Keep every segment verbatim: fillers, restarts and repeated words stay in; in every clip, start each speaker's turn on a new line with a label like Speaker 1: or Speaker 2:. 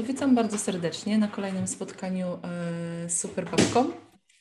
Speaker 1: to witam bardzo serdecznie na kolejnym spotkaniu e, z Super Babką.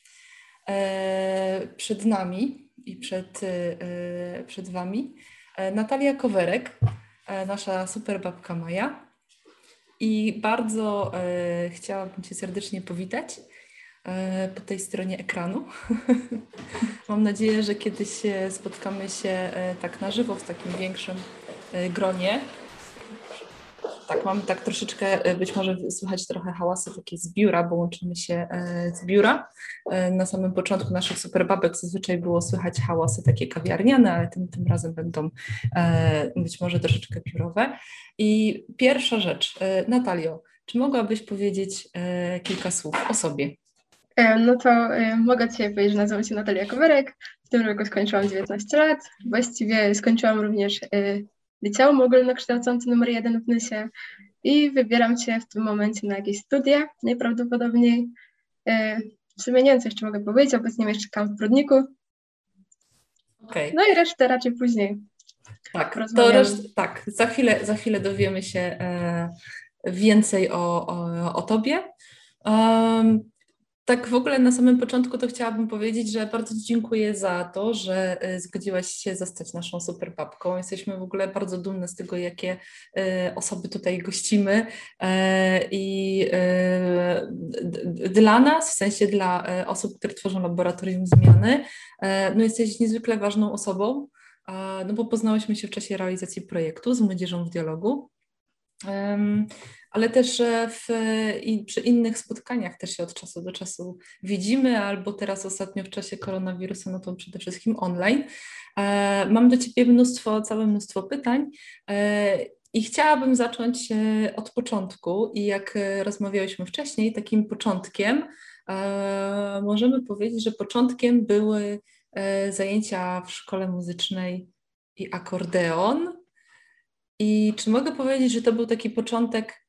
Speaker 1: E, przed nami i przed, e, przed Wami e, Natalia Kowerek, e, nasza Super Babka Maja. I bardzo e, chciałabym Cię serdecznie powitać e, po tej stronie ekranu. Mam nadzieję, że kiedyś spotkamy się e, tak na żywo w takim większym e, gronie. Tak, mamy tak troszeczkę, być może słychać trochę hałasy takie z biura, bo łączymy się z biura. Na samym początku naszych superbabek zazwyczaj było słychać hałasy takie kawiarniane, ale tym, tym razem będą być może troszeczkę biurowe. I pierwsza rzecz, Natalio, czy mogłabyś powiedzieć kilka słów o sobie?
Speaker 2: No to mogę Ci powiedzieć, że nazywam się Natalia Kowerek. W tym roku skończyłam dziewiętnaście lat. Właściwie skończyłam również liceum ogólnokształcące numer jeden w Nysie i wybieram się w tym momencie na jakieś studia, najprawdopodobniej. W sumie nie wiem, co jeszcze mogę powiedzieć, obecnie mieszkam w Prudniku.
Speaker 1: Okay.
Speaker 2: No i resztę raczej później.
Speaker 1: Tak, to reszt, tak za, chwilę, za chwilę dowiemy się e, więcej o, o, o Tobie. Um, Tak w ogóle na samym początku to chciałabym powiedzieć, że bardzo Ci dziękuję za to, że zgodziłaś się zostać naszą super babką. Jesteśmy w ogóle bardzo dumne z tego, jakie osoby tutaj gościmy i dla nas, w sensie dla osób, które tworzą laboratorium zmiany, no jesteś niezwykle ważną osobą, no bo poznałyśmy się w czasie realizacji projektu z Młodzieżą w Dialogu. Ale też w, i przy innych spotkaniach też się od czasu do czasu widzimy, albo teraz ostatnio w czasie koronawirusa, no to przede wszystkim online. E, mam do Ciebie mnóstwo, całe mnóstwo pytań e, i chciałabym zacząć od początku i jak rozmawiałyśmy wcześniej, takim początkiem e, możemy powiedzieć, że początkiem były e, zajęcia w szkole muzycznej i akordeon. I czy mogę powiedzieć, że to był taki początek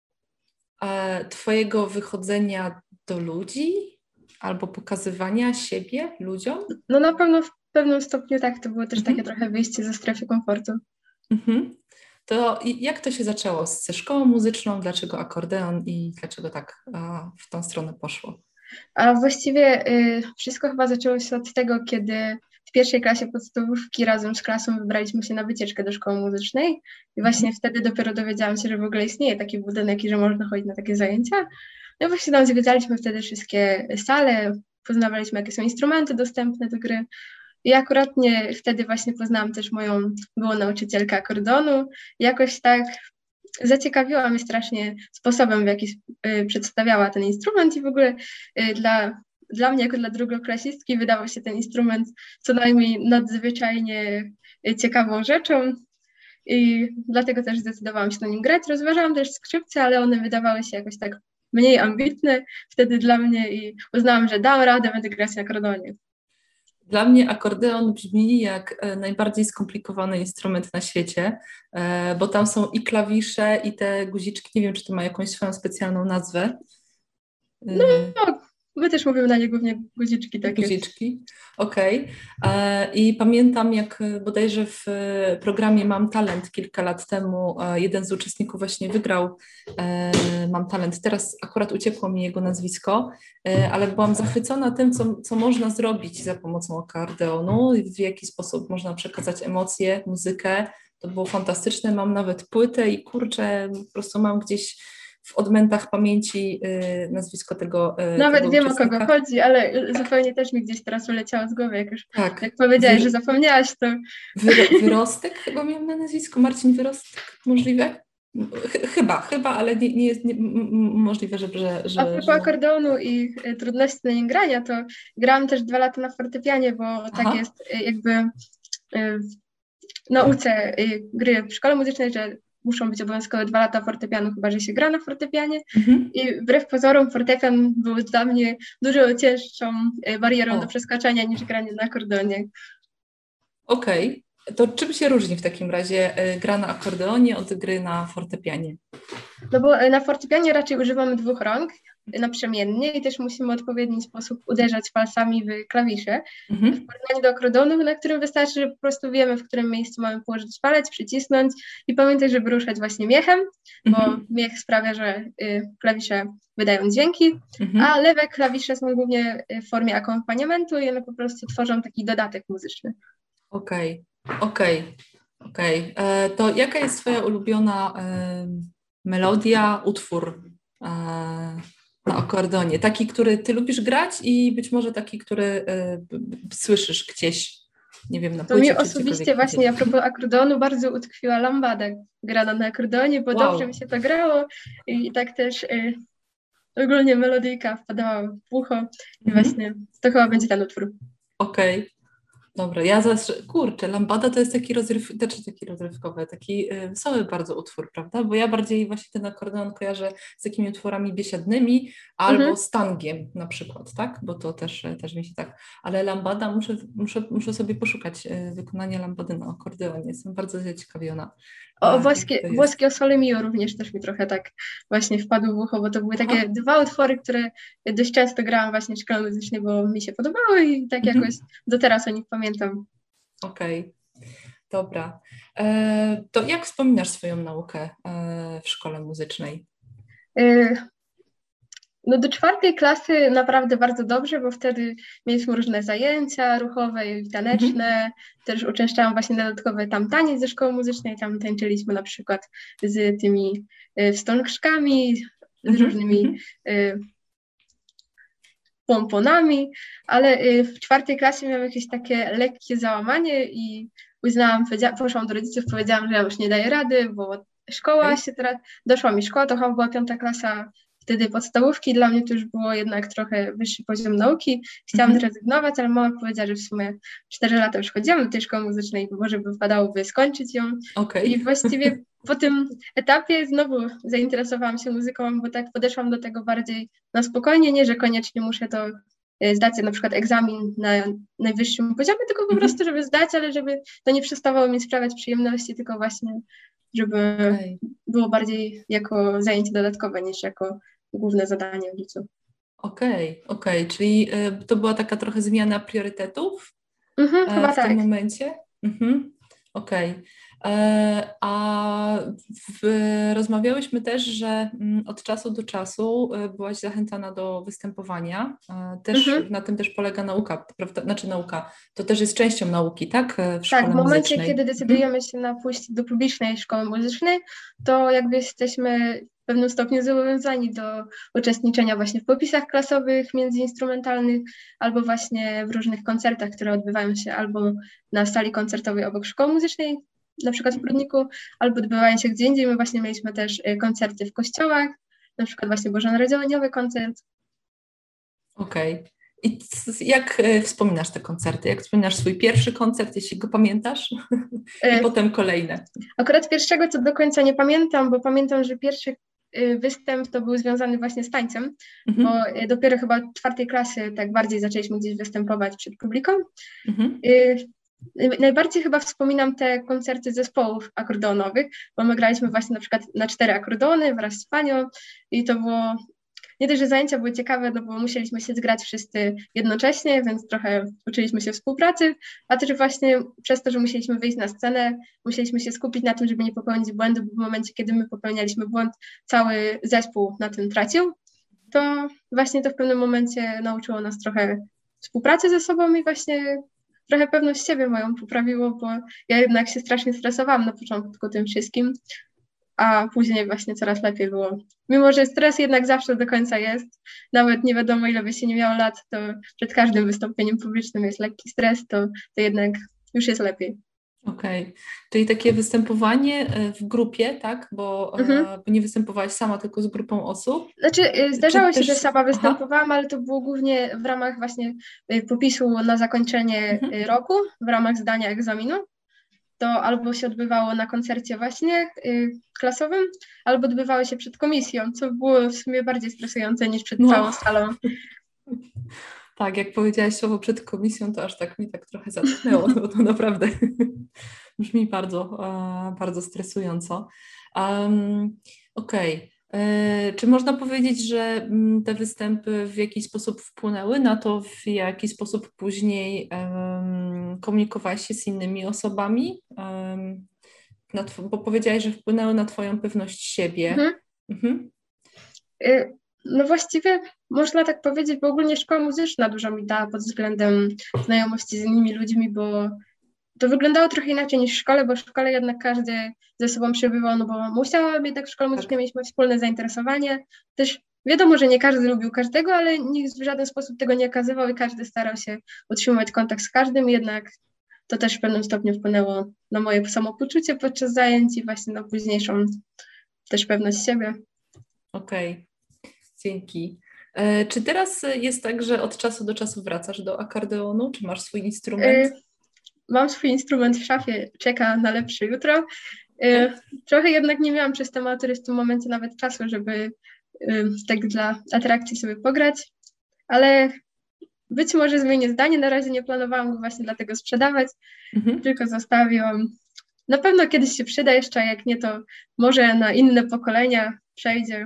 Speaker 1: e, Twojego wychodzenia do ludzi albo pokazywania siebie ludziom?
Speaker 2: No na pewno w pewnym stopniu tak, to było też
Speaker 1: Mhm.
Speaker 2: takie trochę wyjście ze strefy komfortu.
Speaker 1: Mhm. To jak to się zaczęło ze szkołą muzyczną? Dlaczego akordeon i dlaczego tak a, w tą stronę poszło?
Speaker 2: A właściwie y, wszystko chyba zaczęło się od tego, kiedy w pierwszej klasie podstawówki razem z klasą wybraliśmy się na wycieczkę do szkoły muzycznej i właśnie mhm. wtedy dopiero dowiedziałam się, że w ogóle istnieje taki budynek i że można chodzić na takie zajęcia. No i właśnie tam zwiedzaliśmy wtedy wszystkie sale, poznawaliśmy, jakie są instrumenty dostępne do gry. I akurat nie, wtedy właśnie poznałam też moją byłą nauczycielkę akordeonu. Jakoś tak zaciekawiła mnie strasznie sposobem, w jaki y, przedstawiała ten instrument i w ogóle y, dla, dla mnie, jako dla drugoklasistki, wydawał się ten instrument co najmniej nadzwyczajnie y, ciekawą rzeczą i dlatego też zdecydowałam się na nim grać. Rozważałam też skrzypce, ale one wydawały się jakoś tak mniej ambitne wtedy dla mnie i uznałam, że dam radę, będę grać na akordeonie.
Speaker 1: Dla mnie akordeon brzmi jak najbardziej skomplikowany instrument na świecie, bo tam są i klawisze, i te guziczki, nie wiem, czy to ma jakąś swoją specjalną nazwę.
Speaker 2: No, no my też mówimy na nie głównie guziczki takie.
Speaker 1: Guziczki, okej. Okay. I pamiętam, jak bodajże w programie Mam Talent kilka lat temu jeden z uczestników właśnie wygrał Mam Talent. Teraz akurat uciekło mi jego nazwisko, ale byłam zachwycona tym, co, co można zrobić za pomocą akordeonu, w jaki sposób można przekazać emocje, muzykę. To było fantastyczne. Mam nawet płytę i kurczę, po prostu mam gdzieś w odmętach pamięci y, nazwisko tego y,
Speaker 2: Nawet
Speaker 1: tego
Speaker 2: wiem, o kogo chodzi, ale zupełnie też mi gdzieś teraz uleciało z głowy, jak już
Speaker 1: tak.
Speaker 2: jak powiedziałeś, Wy... że zapomniałaś, to...
Speaker 1: Wyro- Wyrostek chyba miał na nazwisko, Marcin Wyrostek, możliwe? Ch- chyba, chyba, ale nie, nie jest nie, m- możliwe, że... że, że
Speaker 2: A propos
Speaker 1: że...
Speaker 2: akordeonu i y, trudności na nim grania, to grałam też dwa lata na fortepianie, bo Aha. tak jest y, jakby y, w nauce y, gry w szkole muzycznej, że muszą być obowiązkowe dwa lata fortepianu, chyba że się gra na fortepianie. Mhm. I wbrew pozorom fortepian był dla mnie dużo cięższą barierą o. do przeskoczenia niż granie na akordeonie.
Speaker 1: Okej. Okay. To czym się różni w takim razie gra na akordeonie od gry na fortepianie?
Speaker 2: No bo na fortepianie raczej używamy dwóch rąk, naprzemiennie i też musimy w odpowiedni sposób uderzać palcami w klawisze.
Speaker 1: Mhm.
Speaker 2: W porównaniu do akordonu, na którym wystarczy, że po prostu wiemy, w którym miejscu mamy położyć palec, przycisnąć i pamiętaj, żeby ruszać właśnie miechem, bo
Speaker 1: Mhm.
Speaker 2: miech sprawia, że y, klawisze wydają dźwięki,
Speaker 1: Mhm.
Speaker 2: a lewe klawisze są głównie w formie akompaniamentu i one po prostu tworzą taki dodatek muzyczny.
Speaker 1: Okej, okej, okej. E, To jaka jest twoja ulubiona e, melodia, utwór e, na akordeonie? Taki, który ty lubisz grać i być może taki, który e, b- b- słyszysz gdzieś, nie wiem, na
Speaker 2: To mi
Speaker 1: płycie czy
Speaker 2: osobiście
Speaker 1: gdziekolwiek indziej.
Speaker 2: właśnie a propos akordeonu bardzo utkwiła lambada grana na akordeonie, bo
Speaker 1: Wow.
Speaker 2: dobrze mi się to grało i tak też y, ogólnie melodyjka wpadała w ucho i
Speaker 1: Mhm.
Speaker 2: właśnie to chyba będzie ten utwór.
Speaker 1: Okej. Dobra, ja zawsze, kurczę, lambada to jest taki rozryw, znaczy taki rozrywkowy, taki y, wesoły bardzo utwór, prawda? Bo ja bardziej właśnie ten akordeon kojarzę z takimi utworami biesiadnymi albo
Speaker 2: Mhm.
Speaker 1: z tangiem na przykład, tak? Bo to też, też mi się tak, ale lambada, muszę, muszę, muszę sobie poszukać y, wykonania lambady na akordeonie, jestem bardzo zaciekawiona.
Speaker 2: O,
Speaker 1: A, jak
Speaker 2: włoskie,
Speaker 1: to jest.
Speaker 2: włoskie o Sole Mio również też mi trochę tak właśnie wpadło w ucho, bo to były
Speaker 1: Aha.
Speaker 2: takie dwa utwory, które dość często grałam właśnie w szkole muzycznej, bo mi się podobały i tak
Speaker 1: Mhm.
Speaker 2: jakoś do teraz o nich pamiętam.
Speaker 1: Okej, dobra. E, to jak wspominasz swoją naukę e, w szkole muzycznej?
Speaker 2: Y, No do czwartej klasy naprawdę bardzo dobrze, bo wtedy mieliśmy różne zajęcia ruchowe i taneczne. Też uczęszczałam właśnie na dodatkowe tam taniec ze szkoły muzycznej. Tam tańczyliśmy na przykład z tymi y, wstążkami, z
Speaker 1: Mhm.
Speaker 2: różnymi y, pomponami, ale y, w czwartej klasie miałam jakieś takie lekkie załamanie i uznałam, powiedzia- poszłam do rodziców, powiedziałam, że ja już nie daję rady, bo szkoła
Speaker 1: Okej.
Speaker 2: się teraz, doszła mi szkoła, to chyba była piąta klasa wtedy podstawówki, dla mnie to już było jednak trochę wyższy poziom nauki, chciałam
Speaker 1: Mhm.
Speaker 2: zrezygnować, ale mama powiedziała, że w sumie cztery lata już chodziłam do tej szkoły muzycznej, może by wypadałoby skończyć ją
Speaker 1: Okej.
Speaker 2: i właściwie po tym etapie znowu zainteresowałam się muzyką, bo tak podeszłam do tego bardziej na spokojnie, nie, że koniecznie muszę to y, zdać na przykład egzamin na najwyższym poziomie, tylko po
Speaker 1: Mhm.
Speaker 2: prostu, żeby zdać, ale żeby to nie przestawało mi sprawiać przyjemności, tylko właśnie, żeby
Speaker 1: Okej.
Speaker 2: było bardziej jako zajęcie dodatkowe niż jako główne zadanie w życiu.
Speaker 1: Okej, okej, czyli y, to była taka trochę zmiana priorytetów
Speaker 2: Mhm,
Speaker 1: e,
Speaker 2: chyba
Speaker 1: w
Speaker 2: tak.
Speaker 1: tym momencie? Mhm. Okej. E, A w, rozmawiałyśmy też, że mm, od czasu do czasu e, byłaś zachęcana do występowania. E, Też
Speaker 2: Mhm.
Speaker 1: na tym też polega nauka, prawda? Znaczy nauka, to też jest częścią nauki, tak? E, W
Speaker 2: Tak,
Speaker 1: szkole
Speaker 2: w momencie,
Speaker 1: muzycznej.
Speaker 2: kiedy
Speaker 1: Mhm.
Speaker 2: decydujemy się na pójście do publicznej szkoły muzycznej, to jakby jesteśmy w pewnym stopniu zobowiązani do uczestniczenia właśnie w popisach klasowych, międzyinstrumentalnych, albo właśnie w różnych koncertach, które odbywają się albo na sali koncertowej obok szkoły muzycznej, na przykład w Prudniku, albo odbywają się gdzie indziej. My właśnie mieliśmy też y, koncerty w kościołach, na przykład właśnie bożonarodzeniowy koncert.
Speaker 1: Okej. I c- jak e, wspominasz te koncerty? Jak wspominasz swój pierwszy koncert, jeśli go pamiętasz? I
Speaker 2: Y,
Speaker 1: potem kolejne.
Speaker 2: Akurat pierwszego to do końca nie pamiętam, bo pamiętam, że pierwszy y, występ to był związany właśnie z tańcem,
Speaker 1: Mhm.
Speaker 2: bo y, dopiero chyba od czwartej klasy tak bardziej zaczęliśmy gdzieś występować przed publiką.
Speaker 1: Mhm.
Speaker 2: Y, y, Najbardziej chyba wspominam te koncerty zespołów akordeonowych, bo my graliśmy właśnie na przykład na cztery akordeony wraz z panią i to było, nie dość, że zajęcia były ciekawe, no bo musieliśmy się zgrać wszyscy jednocześnie, więc trochę uczyliśmy się współpracy, a też właśnie przez to, że musieliśmy wyjść na scenę, musieliśmy się skupić na tym, żeby nie popełnić błędu, bo w momencie, kiedy my popełnialiśmy błąd, cały zespół na tym tracił. To właśnie to w pewnym momencie nauczyło nas trochę współpracy ze sobą i właśnie trochę pewność siebie moją poprawiło, bo ja jednak się strasznie stresowałam na początku tym wszystkim, a później właśnie coraz lepiej było. Mimo że stres jednak zawsze do końca jest, nawet nie wiadomo ile by się nie miało lat, to przed każdym wystąpieniem publicznym jest lekki stres, to, to jednak już jest lepiej.
Speaker 1: Okej, czyli takie występowanie e, w grupie, tak? Bo,
Speaker 2: Mhm.
Speaker 1: e, bo nie występowałaś sama, tylko z grupą osób.
Speaker 2: Znaczy, y, zdarzało
Speaker 1: Czy
Speaker 2: się,
Speaker 1: też...
Speaker 2: że sama
Speaker 1: Aha.
Speaker 2: występowałam, ale to było głównie w ramach właśnie y, popisu na zakończenie
Speaker 1: Mhm.
Speaker 2: y, roku, w ramach zdania egzaminu. To albo się odbywało na koncercie właśnie y, klasowym, albo odbywało się przed komisją, co było w sumie bardziej stresujące niż przed
Speaker 1: No.
Speaker 2: całą salą.
Speaker 1: Tak, jak powiedziałaś słowo przed komisją, to aż tak mi tak trochę zatknęło, bo to naprawdę brzmi bardzo, e, bardzo stresująco. Um, Okej. Czy można powiedzieć, że te występy w jakiś sposób wpłynęły na to, w jaki sposób później um, komunikowałaś się z innymi osobami? Um, na tw- bo powiedziałaś, że wpłynęły na Twoją pewność siebie.
Speaker 2: Mhm.
Speaker 1: Mhm.
Speaker 2: Y, No właściwie można tak powiedzieć, bo ogólnie szkoła muzyczna dużo mi dała pod względem znajomości z innymi ludźmi, bo to wyglądało trochę inaczej niż w szkole, bo w szkole jednak każdy ze sobą przebywał, no bo musiał, jednak w szkole
Speaker 1: Tak.
Speaker 2: muzycznej mieliśmy wspólne zainteresowanie. Też wiadomo, że nie każdy lubił każdego, ale nikt w żaden sposób tego nie okazywał i każdy starał się utrzymywać kontakt z każdym, jednak to też w pewnym stopniu wpłynęło na moje samopoczucie podczas zajęć i właśnie na późniejszą też pewność siebie.
Speaker 1: Okej, okay. Dzięki. E, czy teraz jest tak, że od czasu do czasu wracasz do akordeonu? Czy masz swój instrument?
Speaker 2: Y, Mam swój instrument w szafie, czeka na lepsze jutro. Y, Trochę jednak nie miałam przez te matury w tym momencie nawet czasu, żeby y, tak dla atrakcji sobie pograć, ale być może zmienię zdanie. Na razie nie planowałam go właśnie dlatego sprzedawać,
Speaker 1: Mhm.
Speaker 2: tylko zostawiłam. Na pewno kiedyś się przyda jeszcze, a jak nie, to może na inne pokolenia przejdzie.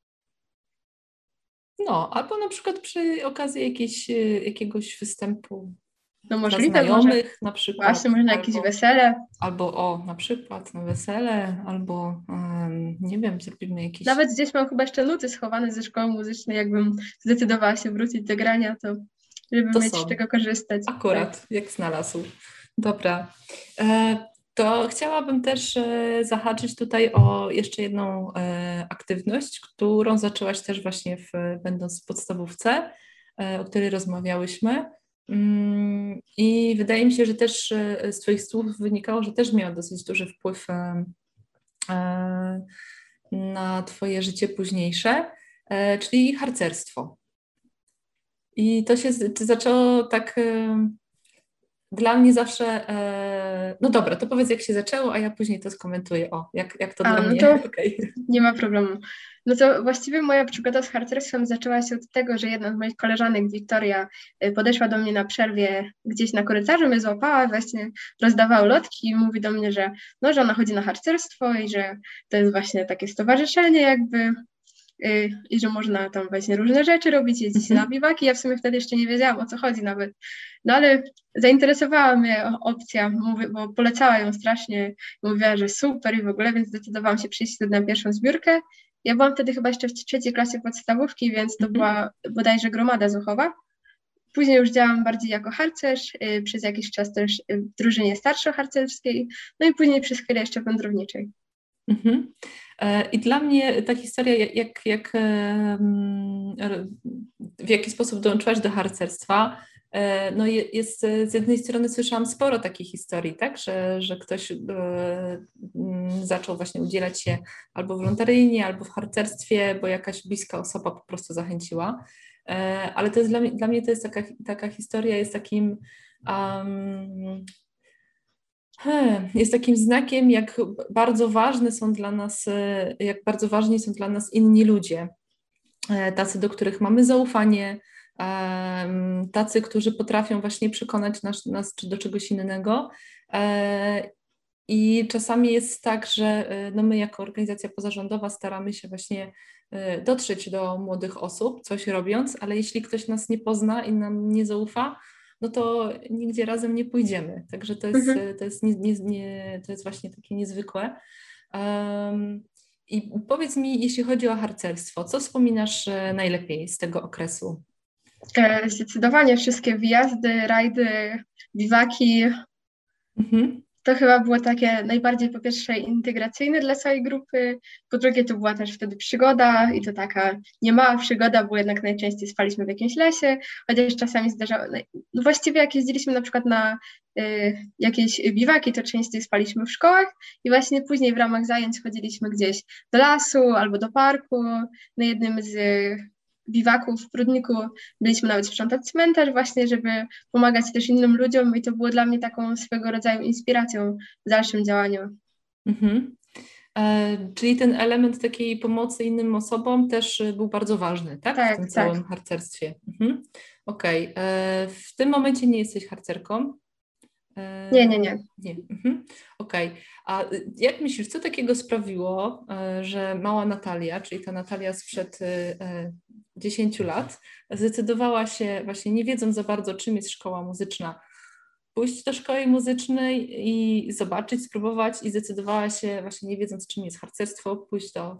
Speaker 1: No, albo na przykład przy okazji jakiejś, jakiegoś występu
Speaker 2: No
Speaker 1: dla
Speaker 2: możliwe,
Speaker 1: znajomych
Speaker 2: może,
Speaker 1: na przykład.
Speaker 2: właśnie może na
Speaker 1: albo,
Speaker 2: jakieś wesele.
Speaker 1: Albo o, na przykład na wesele, albo um, nie wiem, zrobimy jakiś...
Speaker 2: Nawet gdzieś mam chyba jeszcze nuty schowane ze szkoły muzycznej, jakbym zdecydowała się wrócić do grania, to żeby
Speaker 1: To
Speaker 2: mieć z
Speaker 1: są.
Speaker 2: czego korzystać.
Speaker 1: Akurat,
Speaker 2: Tak.
Speaker 1: jak znalazł. Dobra. E, to chciałabym też e, zahaczyć tutaj o jeszcze jedną e, aktywność, którą zaczęłaś też właśnie w, będąc w podstawówce, e, o której rozmawiałyśmy. Mm, I wydaje mi się, że też e, z Twoich słów wynikało, że też miała dosyć duży wpływ e, e, na Twoje życie późniejsze, e, czyli harcerstwo. I to się z- zaczęło tak e, dla mnie zawsze, e, no dobra, to powiedz jak się zaczęło, a ja później to skomentuję. O, jak, jak to
Speaker 2: A,
Speaker 1: dla
Speaker 2: no
Speaker 1: mnie,
Speaker 2: to
Speaker 1: okej.
Speaker 2: nie ma problemu. No to właściwie moja przygoda z harcerstwem zaczęła się od tego, że jedna z moich koleżanek, Wiktoria, y, podeszła do mnie na przerwie gdzieś na korytarzu, mnie złapała, właśnie rozdawała ulotki i mówi do mnie, że no, że ona chodzi na harcerstwo i że to jest właśnie takie stowarzyszenie jakby y, i że można tam właśnie różne rzeczy robić, jeździć
Speaker 1: Mhm.
Speaker 2: na biwaki. Ja w sumie wtedy jeszcze nie wiedziałam, o co chodzi nawet. No ale zainteresowała mnie o- opcja, mówię, bo polecała ją strasznie. Mówiła, że super i w ogóle, więc zdecydowałam się przyjść wtedy na pierwszą zbiórkę. Ja byłam wtedy chyba jeszcze w trzeciej klasie podstawówki, więc to
Speaker 1: Mhm.
Speaker 2: była bodajże gromada zuchowa. Później już działałam bardziej jako harcerz, y, przez jakiś czas też y, w drużynie starszoharcerskiej, no i później przez chwilę jeszcze wędrowniczej.
Speaker 1: Mhm. E, I dla mnie ta historia, jak, jak, jak e, mm, r- w jaki sposób dołączyłaś do harcerstwa, e, no je- jest, e, z jednej strony słyszałam sporo takich historii, tak, że, że ktoś e, mm, zaczął właśnie udzielać się albo wolontaryjnie, albo w harcerstwie, bo jakaś bliska osoba po prostu zachęciła. E, Ale to jest dla mnie, dla mnie to jest taka, taka historia, jest takim um, Hmm, jest takim znakiem, jak bardzo ważne są dla nas, e, jak bardzo ważni są dla nas inni ludzie, e, tacy, do których mamy zaufanie, em, tacy, którzy potrafią właśnie przekonać nas, nas czy do czegoś innego. E, I czasami jest tak, że e, no my jako organizacja pozarządowa staramy się właśnie e, dotrzeć do młodych osób, coś robiąc, ale jeśli ktoś nas nie pozna i nam nie zaufa, no to nigdzie razem nie pójdziemy. Także to jest,
Speaker 2: Mhm.
Speaker 1: to jest, nie, nie, nie, to jest właśnie takie niezwykłe. Um, I powiedz mi, jeśli chodzi o harcerstwo, co wspominasz e, najlepiej z tego okresu?
Speaker 2: E, Zdecydowanie wszystkie wyjazdy, rajdy, biwaki,
Speaker 1: Mhm.
Speaker 2: to chyba było takie najbardziej po pierwsze integracyjne dla całej grupy, po drugie to była też wtedy przygoda i to taka niemała przygoda, bo jednak najczęściej spaliśmy w jakimś lesie, chociaż czasami zdarzało, no właściwie jak jeździliśmy na przykład na y, jakieś biwaki, to częściej spaliśmy w szkołach i właśnie później w ramach zajęć chodziliśmy gdzieś do lasu albo do parku. Na jednym z biwaków w Prudniku byliśmy nawet sprzątać cmentarz właśnie, żeby pomagać też innym ludziom i to było dla mnie taką swego rodzaju inspiracją w dalszym działaniu.
Speaker 1: Mhm. E, czyli ten element takiej pomocy innym osobom też e, był bardzo ważny, tak? W
Speaker 2: Tak,
Speaker 1: tym
Speaker 2: tak.
Speaker 1: całym harcerstwie. Mhm. Okej. E, W tym momencie nie jesteś harcerką.
Speaker 2: Nie, nie, nie.
Speaker 1: Nie. Mhm. Okej. Okay. A jak myślisz, co takiego sprawiło, że mała Natalia, czyli ta Natalia sprzed dziesięciu lat, zdecydowała się, właśnie nie wiedząc za bardzo, czym jest szkoła muzyczna, pójść do szkoły muzycznej i zobaczyć, spróbować i zdecydowała się, właśnie nie wiedząc, czym jest harcerstwo, pójść, do,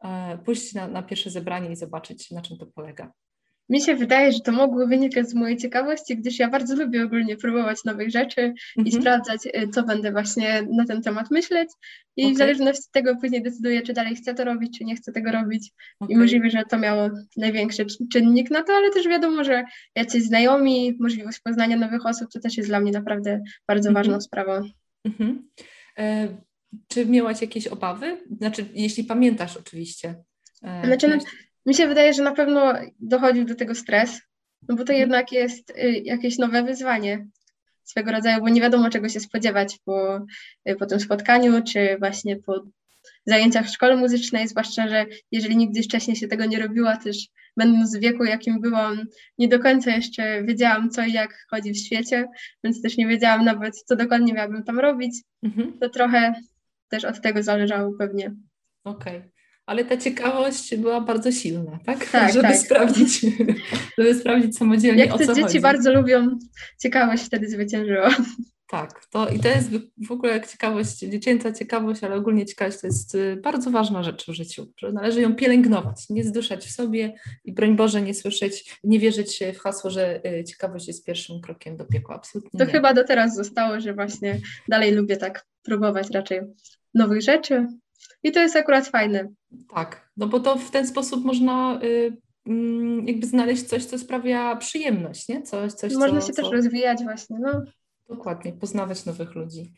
Speaker 1: pójść na, na pierwsze zebranie i zobaczyć, na czym to polega?
Speaker 2: Mi się wydaje, że to mogło wynikać z mojej ciekawości, gdyż ja bardzo lubię ogólnie próbować nowych rzeczy i
Speaker 1: Mhm.
Speaker 2: sprawdzać, co będę właśnie na ten temat myśleć. I
Speaker 1: Okej.
Speaker 2: w zależności od tego później decyduję, czy dalej chcę to robić, czy nie chcę tego robić. I
Speaker 1: Okej.
Speaker 2: możliwe, że to miało największy czynnik na to, ale też wiadomo, że jacyś znajomi, możliwość poznania nowych osób, to też jest dla mnie naprawdę bardzo
Speaker 1: Mhm.
Speaker 2: ważną sprawą.
Speaker 1: Mhm. E, czy miałaś jakieś obawy? Znaczy, jeśli pamiętasz oczywiście. E,
Speaker 2: Znaczy, no,
Speaker 1: miałaś...
Speaker 2: mi się wydaje, że na pewno dochodził do tego stres, no bo to
Speaker 1: Mhm.
Speaker 2: jednak jest y, jakieś nowe wyzwanie swego rodzaju, bo nie wiadomo, czego się spodziewać po, y, po tym spotkaniu, czy właśnie po zajęciach w szkole muzycznej, zwłaszcza, że jeżeli nigdy wcześniej się tego nie robiła, też będąc w wieku, jakim byłam, nie do końca jeszcze wiedziałam, co i jak chodzi w świecie, więc też nie wiedziałam nawet, co dokładnie miałabym tam robić.
Speaker 1: Mhm.
Speaker 2: To trochę też od tego zależało pewnie.
Speaker 1: Okej. Okay. Ale ta ciekawość była bardzo silna, tak?
Speaker 2: Tak,
Speaker 1: żeby
Speaker 2: tak.
Speaker 1: sprawdzić, żeby sprawdzić samodzielnie,
Speaker 2: Jak
Speaker 1: o
Speaker 2: te
Speaker 1: co
Speaker 2: dzieci
Speaker 1: chodzi.
Speaker 2: bardzo lubią, ciekawość wtedy zwyciężyła.
Speaker 1: Tak, to i to jest w ogóle jak ciekawość, dziecięca ciekawość, ale ogólnie ciekawość to jest bardzo ważna rzecz w życiu, że należy ją pielęgnować, nie zduszać w sobie i broń Boże nie słyszeć, nie wierzyć w hasło, że ciekawość jest pierwszym krokiem do piekła, absolutnie
Speaker 2: To
Speaker 1: nie.
Speaker 2: chyba do teraz zostało, że właśnie dalej lubię tak próbować raczej nowych rzeczy i to jest akurat fajne.
Speaker 1: Tak, no bo to w ten sposób można y, y, jakby znaleźć coś, co sprawia przyjemność, nie? Coś, coś
Speaker 2: Można
Speaker 1: co,
Speaker 2: się
Speaker 1: co...
Speaker 2: też rozwijać właśnie, no.
Speaker 1: Dokładnie, poznawać nowych ludzi.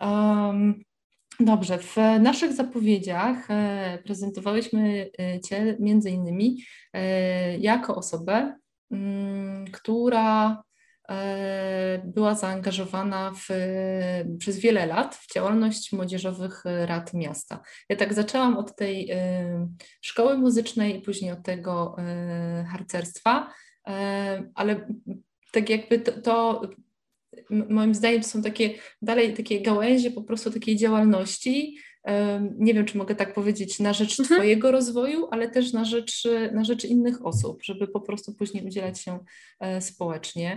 Speaker 1: Um, dobrze, w naszych zapowiedziach e, prezentowałyśmy Cię między innymi e, jako osobę, m, która e, była zaangażowana w, przez wiele lat w działalność młodzieżowych rad miasta. Ja tak zaczęłam od tej e, szkoły muzycznej i później od tego e, harcerstwa, e, ale tak jakby to, to moim zdaniem to są takie dalej takie gałęzie po prostu takiej działalności, nie wiem, czy mogę tak powiedzieć, na rzecz
Speaker 2: Mhm.
Speaker 1: Twojego rozwoju, ale też na rzecz, na rzecz innych osób, żeby po prostu później udzielać się społecznie.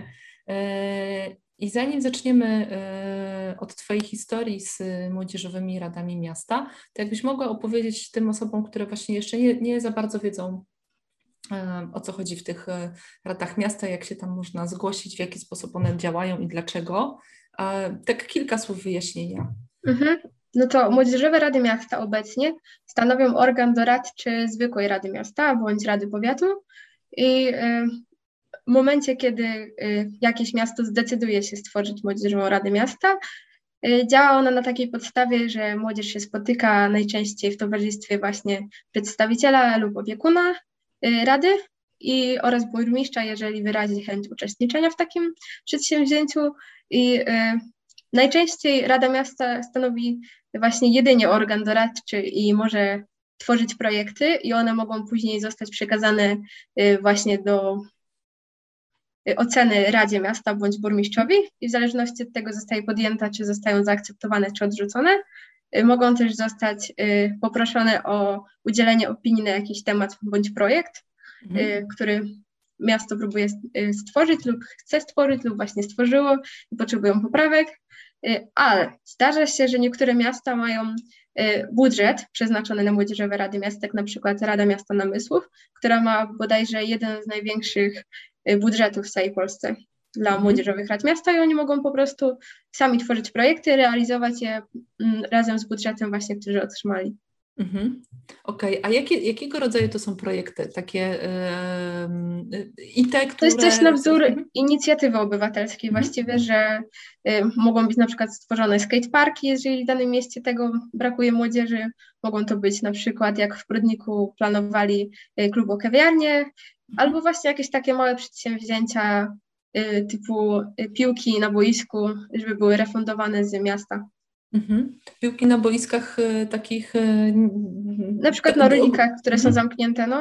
Speaker 1: I zanim zaczniemy od Twojej historii z młodzieżowymi radami miasta, to jakbyś mogła opowiedzieć tym osobom, które właśnie jeszcze nie, nie za bardzo wiedzą, o co chodzi w tych radach miasta, jak się tam można zgłosić, w jaki sposób one działają i dlaczego. Tak kilka słów wyjaśnienia.
Speaker 2: Mhm. No to Młodzieżowe Rady Miasta obecnie stanowią organ doradczy zwykłej Rady Miasta bądź Rady Powiatu i w momencie, kiedy jakieś miasto zdecyduje się stworzyć Młodzieżową Radę Miasta, działa ona na takiej podstawie, że młodzież się spotyka najczęściej w towarzystwie właśnie przedstawiciela lub opiekuna Rady i oraz burmistrza, jeżeli wyrazi chęć uczestniczenia w takim przedsięwzięciu. I y, najczęściej Rada Miasta stanowi właśnie jedynie organ doradczy i może tworzyć projekty i one mogą później zostać przekazane y, właśnie do y, oceny Radzie Miasta bądź burmistrzowi i w zależności od tego zostaje podjęta, czy zostają zaakceptowane, czy odrzucone. Y, mogą też zostać y, poproszone o udzielenie opinii na jakiś temat bądź projekt, mhm. który miasto próbuje stworzyć lub chce stworzyć lub właśnie stworzyło i potrzebują poprawek, ale zdarza się, że niektóre miasta mają budżet przeznaczony na Młodzieżowe Rady Miast, jak na przykład Rada Miasta Namysłów, która ma bodajże jeden z największych budżetów w całej Polsce dla mhm. Młodzieżowych Rad Miasta i oni mogą po prostu sami tworzyć projekty, realizować je razem z budżetem właśnie, który otrzymali.
Speaker 1: Mhm. Okej, okay. A jakie, jakiego rodzaju to są projekty? Takie yy, i te, które...
Speaker 2: To jest coś na wzór inicjatywy obywatelskiej mhm. właściwie, że y, mogą być na przykład stworzone skateparki, jeżeli w danym mieście tego brakuje młodzieży. Mogą to być na przykład, jak w Prudniku planowali y, klub o kawiarnię, mhm. albo właśnie jakieś takie małe przedsięwzięcia y, typu y, piłki na boisku, żeby były refundowane z miasta.
Speaker 1: Mhm. Piłki na boiskach y, takich... Y,
Speaker 2: na przykład na rolikach, które mhm. są zamknięte, no.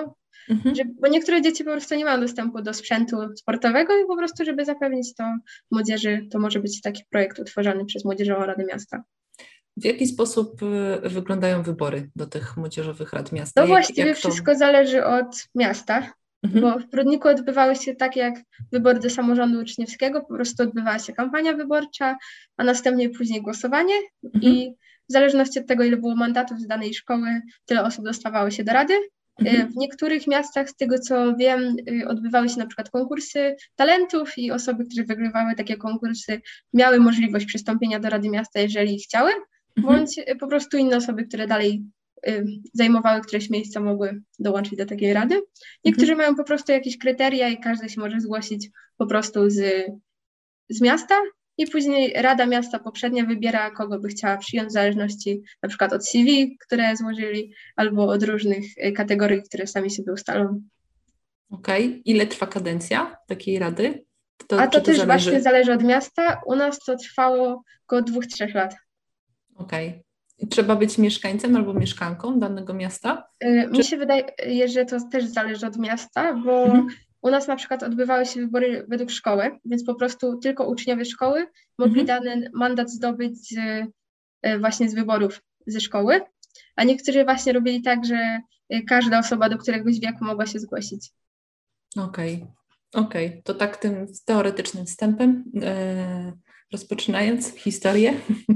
Speaker 1: Mhm.
Speaker 2: Żeby, bo niektóre dzieci po prostu nie mają dostępu do sprzętu sportowego i po prostu, żeby zapewnić to młodzieży, to może być taki projekt utworzony przez Młodzieżową Radę Miasta.
Speaker 1: W jaki sposób y, wyglądają wybory do tych młodzieżowych rad miasta?
Speaker 2: To
Speaker 1: Jak,
Speaker 2: właściwie
Speaker 1: jak to...
Speaker 2: wszystko zależy od miasta,
Speaker 1: Mhm.
Speaker 2: bo w Prudniku odbywały się tak jak wybory do samorządu uczniowskiego, po prostu odbywała się kampania wyborcza, a następnie później głosowanie
Speaker 1: Mhm.
Speaker 2: i w zależności od tego, ile było mandatów z danej szkoły, tyle osób dostawało się do rady.
Speaker 1: Mhm.
Speaker 2: W niektórych miastach, z tego co wiem, odbywały się na przykład konkursy talentów i osoby, które wygrywały takie konkursy, miały możliwość przystąpienia do Rady Miasta, jeżeli chciały,
Speaker 1: Mhm.
Speaker 2: bądź po prostu inne osoby, które dalej zajmowały któreś miejsca, mogły dołączyć do takiej rady. Niektórzy
Speaker 1: Mhm.
Speaker 2: mają po prostu jakieś kryteria i każdy się może zgłosić po prostu z, z miasta i później Rada Miasta poprzednia wybiera, kogo by chciała przyjąć w zależności na przykład od C V, które złożyli, albo od różnych kategorii, które sami sobie ustalą.
Speaker 1: Okej. Okay. Ile trwa kadencja takiej rady? To,
Speaker 2: A to
Speaker 1: czy to
Speaker 2: też
Speaker 1: zależy?
Speaker 2: właśnie zależy od miasta. U nas to trwało około dwóch, trzech lat.
Speaker 1: Okej. Okay. Trzeba być mieszkańcem albo mieszkanką danego miasta?
Speaker 2: Yy,
Speaker 1: Czy...
Speaker 2: Mi się wydaje, że to też zależy od miasta, bo
Speaker 1: Mhm.
Speaker 2: u nas na przykład odbywały się wybory według szkoły, więc po prostu tylko uczniowie szkoły mogli
Speaker 1: Mhm.
Speaker 2: dany mandat zdobyć z, właśnie z wyborów ze szkoły, a niektórzy właśnie robili tak, że każda osoba do któregoś wieku mogła się zgłosić.
Speaker 1: Okej, okay. okej. Okay. To tak tym teoretycznym wstępem, e, rozpoczynając historię,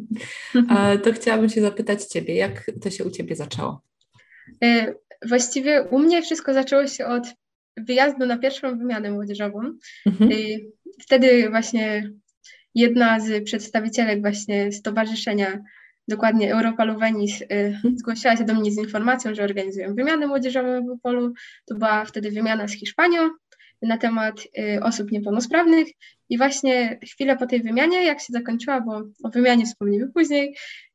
Speaker 1: e, to chciałabym się zapytać Ciebie, jak to się u Ciebie zaczęło?
Speaker 2: E, właściwie u mnie wszystko zaczęło się od wyjazdu na pierwszą wymianę młodzieżową.
Speaker 1: Mhm.
Speaker 2: E, wtedy właśnie jedna z przedstawicielek właśnie stowarzyszenia, dokładnie Europa Luvenis, zgłosiła się do mnie z informacją, że organizują wymianę młodzieżową w Opolu. To była wtedy wymiana z Hiszpanią na temat osób niepełnosprawnych i właśnie chwilę po tej wymianie, jak się zakończyła, bo o wymianie wspomnimy później,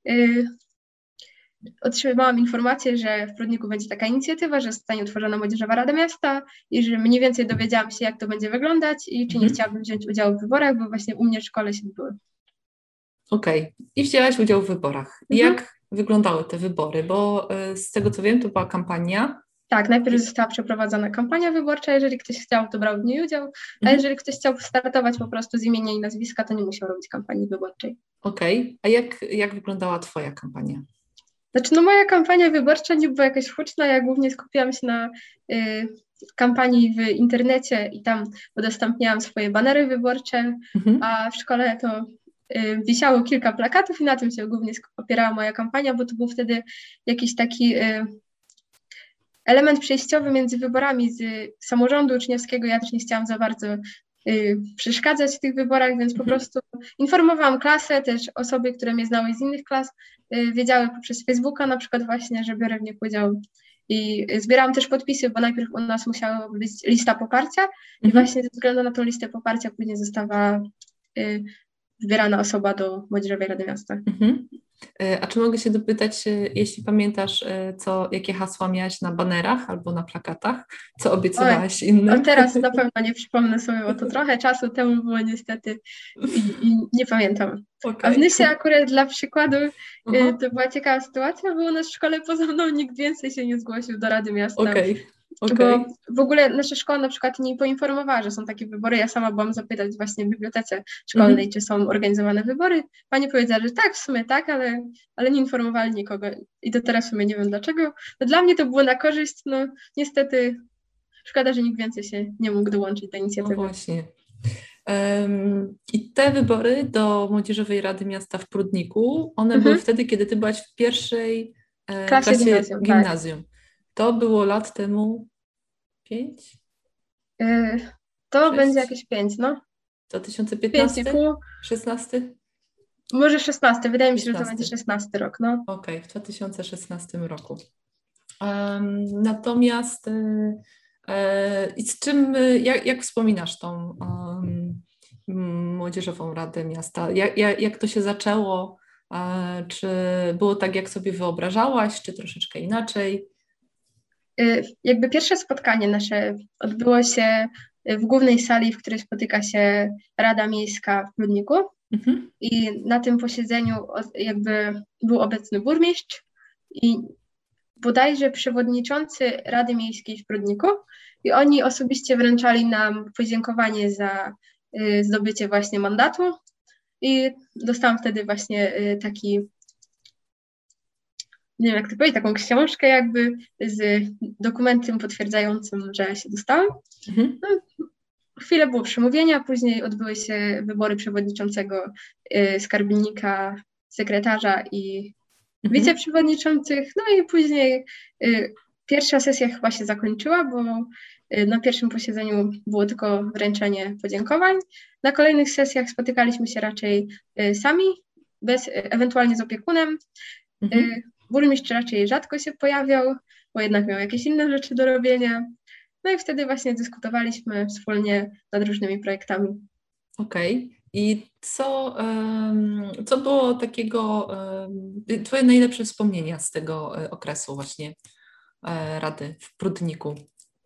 Speaker 2: otrzymałam informację, że w Prudniku będzie taka inicjatywa, że zostanie utworzona Młodzieżowa Rada Miasta i że mniej więcej dowiedziałam się, jak to będzie wyglądać i czy nie
Speaker 1: Mhm.
Speaker 2: chciałabym wziąć udziału w wyborach, bo właśnie u mnie w szkole się odbyły.
Speaker 1: Okej. Okay. I wzięłaś udział w wyborach.
Speaker 2: Mhm.
Speaker 1: Jak wyglądały te wybory? Bo y, z tego co wiem, to była kampania.
Speaker 2: Tak, najpierw została przeprowadzona kampania wyborcza, jeżeli ktoś chciał, to brał w niej udział, a
Speaker 1: Mhm.
Speaker 2: jeżeli ktoś chciał startować po prostu z imienia i nazwiska, to nie musiał robić kampanii wyborczej.
Speaker 1: Okej. Okay. A jak, jak wyglądała Twoja kampania?
Speaker 2: Znaczy, no moja kampania wyborcza nie była jakaś huczna, ja głównie skupiłam się na y, kampanii w internecie i tam udostępniałam swoje banery wyborcze,
Speaker 1: Mhm.
Speaker 2: a w szkole to y, wisiało kilka plakatów i na tym się głównie opierała moja kampania, bo to był wtedy jakiś taki y, element przejściowy między wyborami z samorządu uczniowskiego. Ja też nie chciałam za bardzo y, przeszkadzać w tych wyborach, więc po
Speaker 1: Mhm.
Speaker 2: prostu informowałam klasę, też osoby, które mnie znały z innych klas, y, wiedziały poprzez Facebooka na przykład właśnie, że biorę w nich udział. I zbierałam też podpisy, bo najpierw u nas musiała być lista poparcia mhm. i właśnie ze względu na tą listę poparcia później została y, wybierana osoba do Młodzieżowej Rady Miasta.
Speaker 1: Mhm. A czy mogę się dopytać, jeśli pamiętasz, co, jakie hasła miałaś na banerach albo na plakatach? Co obiecywałaś Oj, innym?
Speaker 2: A teraz na pewno nie przypomnę sobie, bo to trochę czasu temu było niestety i, i nie pamiętam. Okay. A w Nysie akurat dla przykładu uh-huh. to była ciekawa sytuacja, bo u nas w szkole poza mną nikt więcej się nie zgłosił do Rady Miasta.
Speaker 1: Okay. Okay.
Speaker 2: Bo w ogóle nasza szkoła na przykład nie poinformowała, że są takie wybory. Ja sama byłam zapytać właśnie w bibliotece szkolnej, mm-hmm. czy są organizowane wybory. Pani powiedziała, że tak, w sumie tak, ale, ale nie informowali nikogo. I do teraz w sumie nie wiem dlaczego. No dla mnie to było na korzyść, no niestety szkoda, że nikt więcej się nie mógł dołączyć do inicjatywy.
Speaker 1: No właśnie. Um, I te wybory do Młodzieżowej Rady Miasta w Prudniku, one mm-hmm. były wtedy, kiedy ty byłaś w pierwszej e, klasie, klasie gimnazjum. gimnazjum. Tak. To było lat temu pięć?
Speaker 2: Yy, to Sześć? Będzie jakieś pięć, no.
Speaker 1: dwa tysiące piętnasty? pięć i pół. szesnasty?
Speaker 2: Może szesnasty, wydaje mi się, szesnasty. Że to będzie szesnasty rok, no.
Speaker 1: Okej, okay, w dwa tysiące szesnastym roku. Um, natomiast i yy, z czym, jak, jak wspominasz tą um, Młodzieżową Radę Miasta? Jak, jak, jak to się zaczęło? E, czy było tak, jak sobie wyobrażałaś, czy troszeczkę inaczej?
Speaker 2: Jakby pierwsze spotkanie nasze odbyło się w głównej sali, w której spotyka się Rada Miejska w Prudniku mhm. i na tym posiedzeniu jakby był obecny burmistrz i bodajże przewodniczący Rady Miejskiej w Prudniku i oni osobiście wręczali nam podziękowanie za y, zdobycie właśnie mandatu i dostałam wtedy właśnie y, taki, nie wiem jak to powiedzieć, taką książkę jakby z dokumentem potwierdzającym, że się dostałam. Mhm. No, chwilę było przemówienia, później odbyły się wybory przewodniczącego, y, skarbnika, sekretarza i mhm. wiceprzewodniczących, no i później y, pierwsza sesja chyba się zakończyła, bo y, na pierwszym posiedzeniu było tylko wręczenie podziękowań. Na kolejnych sesjach spotykaliśmy się raczej y, sami, bez, y, ewentualnie z opiekunem. Mhm. Y, burmistrz raczej rzadko się pojawiał, bo jednak miał jakieś inne rzeczy do robienia. No i wtedy właśnie dyskutowaliśmy wspólnie nad różnymi projektami.
Speaker 1: Okej. Okay. I co, co było takiego, Twoje najlepsze wspomnienia z tego okresu właśnie Rady w Prudniku?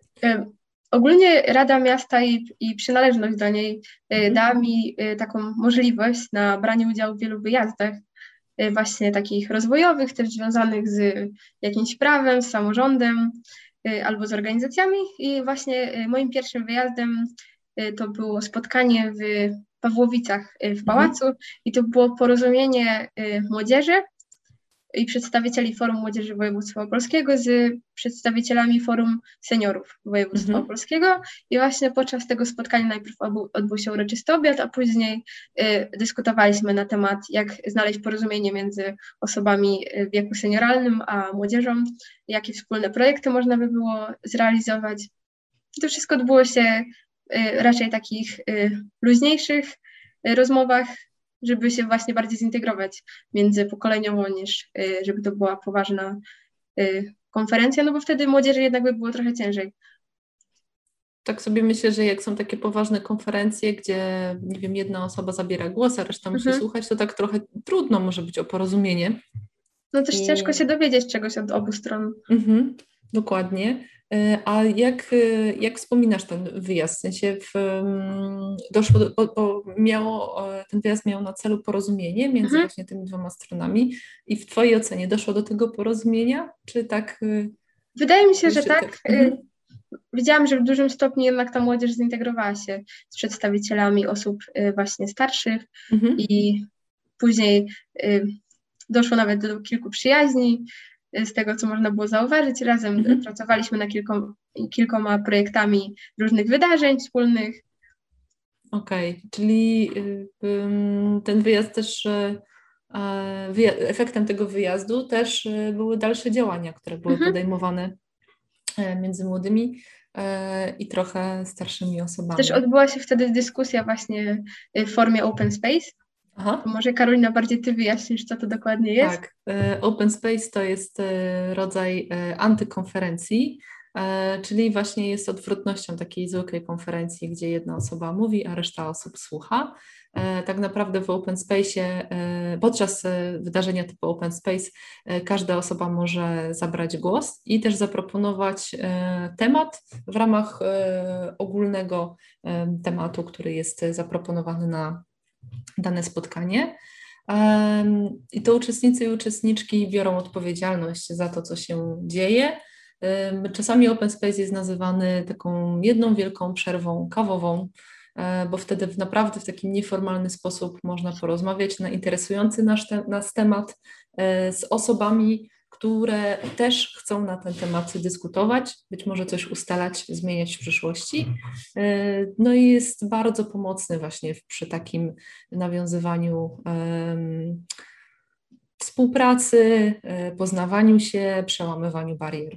Speaker 2: Ogólnie Rada Miasta i, i przynależność do niej mhm. dała mi taką możliwość na branie udziału w wielu wyjazdach, właśnie takich rozwojowych, też związanych z jakimś prawem, z samorządem albo z organizacjami. I właśnie moim pierwszym wyjazdem to było spotkanie w Pawłowicach w Pałacu mhm. i to było porozumienie młodzieży i przedstawicieli Forum Młodzieży Województwa Opolskiego z przedstawicielami Forum Seniorów Województwa mhm. Opolskiego i właśnie podczas tego spotkania najpierw odbył się uroczysty obiad, a później y, dyskutowaliśmy na temat, jak znaleźć porozumienie między osobami w wieku senioralnym a młodzieżą, jakie wspólne projekty można by było zrealizować. I to wszystko odbyło się y, raczej takich y, luźniejszych y, rozmowach, żeby się właśnie bardziej zintegrować międzypokoleniowo, niż żeby to była poważna konferencja, no bo wtedy młodzieży jednak by było trochę ciężej.
Speaker 1: Tak sobie myślę, że jak są takie poważne konferencje, gdzie, nie wiem, jedna osoba zabiera głos, a reszta musi mhm. słuchać, to tak trochę trudno może być o porozumienie.
Speaker 2: No też I... ciężko się dowiedzieć czegoś od obu stron.
Speaker 1: Mhm. Dokładnie. A jak, jak wspominasz ten wyjazd? W sensie w, doszło do, bo, bo miało, ten wyjazd miał na celu porozumienie między mhm. właśnie tymi dwoma stronami i w Twojej ocenie doszło do tego porozumienia? Czy tak?
Speaker 2: Wydaje mi się, że tak. tak. Mhm. Widziałam, że w dużym stopniu jednak ta młodzież zintegrowała się z przedstawicielami osób właśnie starszych mhm. i później doszło nawet do kilku przyjaźni. Z tego, co można było zauważyć, razem mhm. pracowaliśmy nad kilkoma, kilkoma projektami różnych wydarzeń wspólnych.
Speaker 1: Okej, okay. Czyli ten wyjazd też, efektem tego wyjazdu też były dalsze działania, które były mhm. podejmowane między młodymi i trochę starszymi osobami.
Speaker 2: Też odbyła się wtedy dyskusja właśnie w formie open space. Aha. Może Karolina bardziej Ty wyjaśnisz, co to dokładnie jest?
Speaker 1: Tak, Open Space to jest rodzaj antykonferencji, czyli właśnie jest odwrotnością takiej zwykłej konferencji, gdzie jedna osoba mówi, a reszta osób słucha. Tak naprawdę w Open Space, podczas wydarzenia typu Open Space każda osoba może zabrać głos i też zaproponować temat w ramach ogólnego tematu, który jest zaproponowany na dane spotkanie. I to uczestnicy i uczestniczki biorą odpowiedzialność za to, co się dzieje. Czasami Open Space jest nazywany taką jedną wielką przerwą kawową, bo wtedy naprawdę w taki nieformalny sposób można porozmawiać na interesujący nas, nas temat z osobami, które też chcą na ten temat dyskutować, być może coś ustalać, zmieniać w przyszłości. No i jest bardzo pomocny właśnie przy takim nawiązywaniu um, współpracy, poznawaniu się, przełamywaniu barier.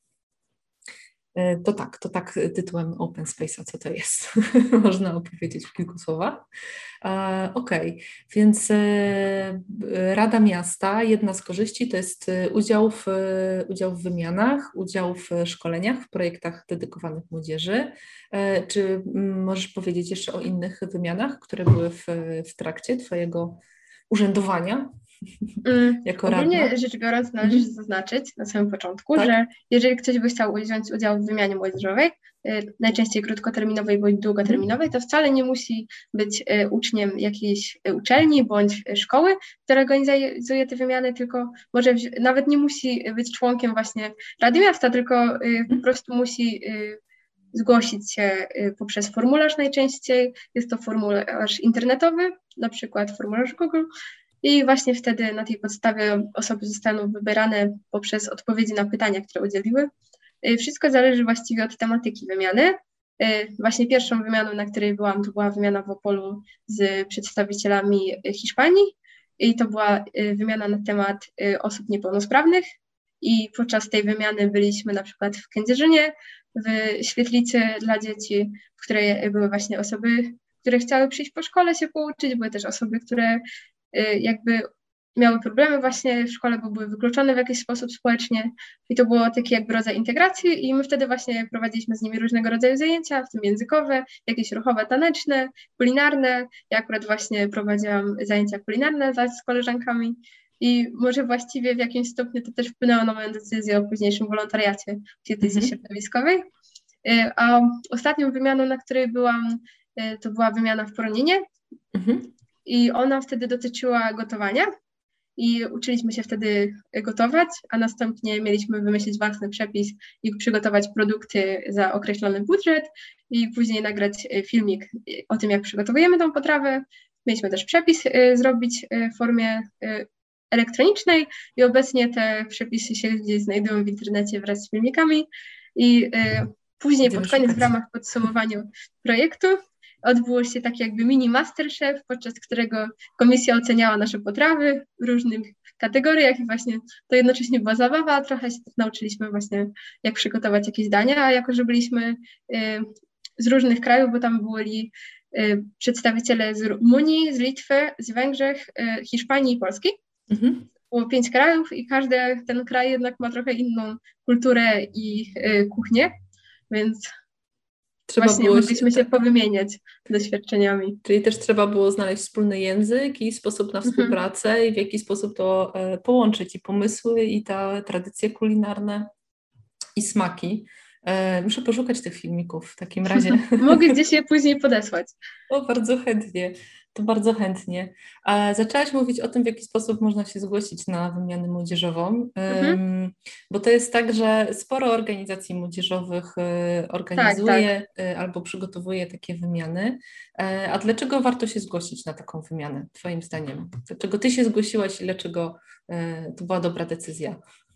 Speaker 1: To tak, to tak tytułem Open Space'a, co to jest? Można opowiedzieć w kilku słowach. Okej, okay. Więc Rada Miasta, jedna z korzyści to jest udział w, udział w wymianach, udział w szkoleniach, w projektach dedykowanych młodzieży. Czy możesz powiedzieć jeszcze o innych wymianach, które były w, w trakcie Twojego urzędowania?
Speaker 2: Mm,
Speaker 1: jako
Speaker 2: Ogólnie
Speaker 1: radna?
Speaker 2: rzecz biorąc, należy
Speaker 1: Mhm.
Speaker 2: zaznaczyć na samym początku,
Speaker 1: Tak?
Speaker 2: że jeżeli ktoś by chciał wziąć udział w wymianie młodzieżowej, y, najczęściej krótkoterminowej bądź
Speaker 1: Mhm.
Speaker 2: długoterminowej, to wcale nie musi być y, uczniem jakiejś y, uczelni bądź y, szkoły, która organizuje te wymiany, tylko może wzi- nawet nie musi być członkiem właśnie Rady Miasta, tylko y, po
Speaker 1: Mhm.
Speaker 2: prostu musi y, zgłosić się y, poprzez formularz najczęściej. Jest to formularz internetowy, na przykład formularz Google. I właśnie wtedy na tej podstawie osoby zostaną wybierane poprzez odpowiedzi na pytania, które udzieliły. Y, Wszystko zależy właściwie od tematyki wymiany. Y, Właśnie pierwszą wymianą, na której byłam, to była wymiana w Opolu z przedstawicielami y, Hiszpanii i to była y, wymiana na temat y, osób niepełnosprawnych i podczas tej wymiany byliśmy na przykład w Kędzierzynie, w świetlicy dla dzieci, w której były właśnie osoby, które chciały przyjść po szkole się pouczyć, były też osoby, które y, jakby miały problemy właśnie w szkole, bo były wykluczone w jakiś sposób społecznie i to było taki jakby rodzaj integracji i my wtedy właśnie prowadziliśmy z nimi różnego rodzaju zajęcia, w tym językowe, jakieś ruchowe, taneczne, kulinarne. Ja akurat właśnie prowadziłam zajęcia kulinarne wraz z koleżankami i może właściwie w jakimś stopniu to też wpłynęło na moją decyzję o późniejszym wolontariacie w świetlicy
Speaker 1: Mhm.
Speaker 2: środowiskowej. Y, A ostatnią wymianą, na której byłam, y, to była wymiana w Poroninie
Speaker 1: Mhm.
Speaker 2: i ona wtedy dotyczyła gotowania i uczyliśmy się wtedy gotować, a następnie mieliśmy wymyślić własny przepis i przygotować produkty za określony budżet i później nagrać y, filmik y, o tym, jak przygotowujemy tą potrawę. Mieliśmy też przepis y, zrobić y, w formie y, elektronicznej i obecnie te przepisy się gdzieś znajdują w internecie wraz z filmikami i y, później
Speaker 1: Będziemy
Speaker 2: pod koniec w
Speaker 1: szukać.
Speaker 2: ramach podsumowaniu projektu odbyło się taki jakby mini masterchef, podczas którego komisja oceniała nasze potrawy w różnych kategoriach i właśnie to jednocześnie była zabawa, trochę się też nauczyliśmy właśnie jak przygotować jakieś dania, a jako, że byliśmy y, z różnych krajów, bo tam byli y, przedstawiciele z Rumunii, z Litwy, z Węgier, y, Hiszpanii i Polski.
Speaker 1: Mhm.
Speaker 2: Było pięć krajów i każdy ten kraj jednak ma trochę inną kulturę i y, kuchnię, więc
Speaker 1: Trzeba
Speaker 2: właśnie
Speaker 1: było się,
Speaker 2: mogliśmy się
Speaker 1: tak.
Speaker 2: powymieniać doświadczeniami.
Speaker 1: Czyli też trzeba było znaleźć wspólny język i sposób na
Speaker 2: Mhm.
Speaker 1: współpracę i w jaki sposób to e, połączyć i pomysły i te tradycje kulinarne i smaki. E, muszę poszukać tych filmików w takim razie.
Speaker 2: Mogę gdzieś je później podesłać.
Speaker 1: O, bardzo chętnie, to bardzo chętnie. A zaczęłaś mówić o tym, w jaki sposób można się zgłosić na wymianę młodzieżową,
Speaker 2: Mhm.
Speaker 1: Ym, bo to jest tak, że sporo organizacji młodzieżowych y, organizuje
Speaker 2: tak.
Speaker 1: y, albo przygotowuje takie wymiany. E, A dlaczego warto się zgłosić na taką wymianę, Twoim zdaniem? Dlaczego Ty się zgłosiłaś i dlaczego y, to była dobra decyzja?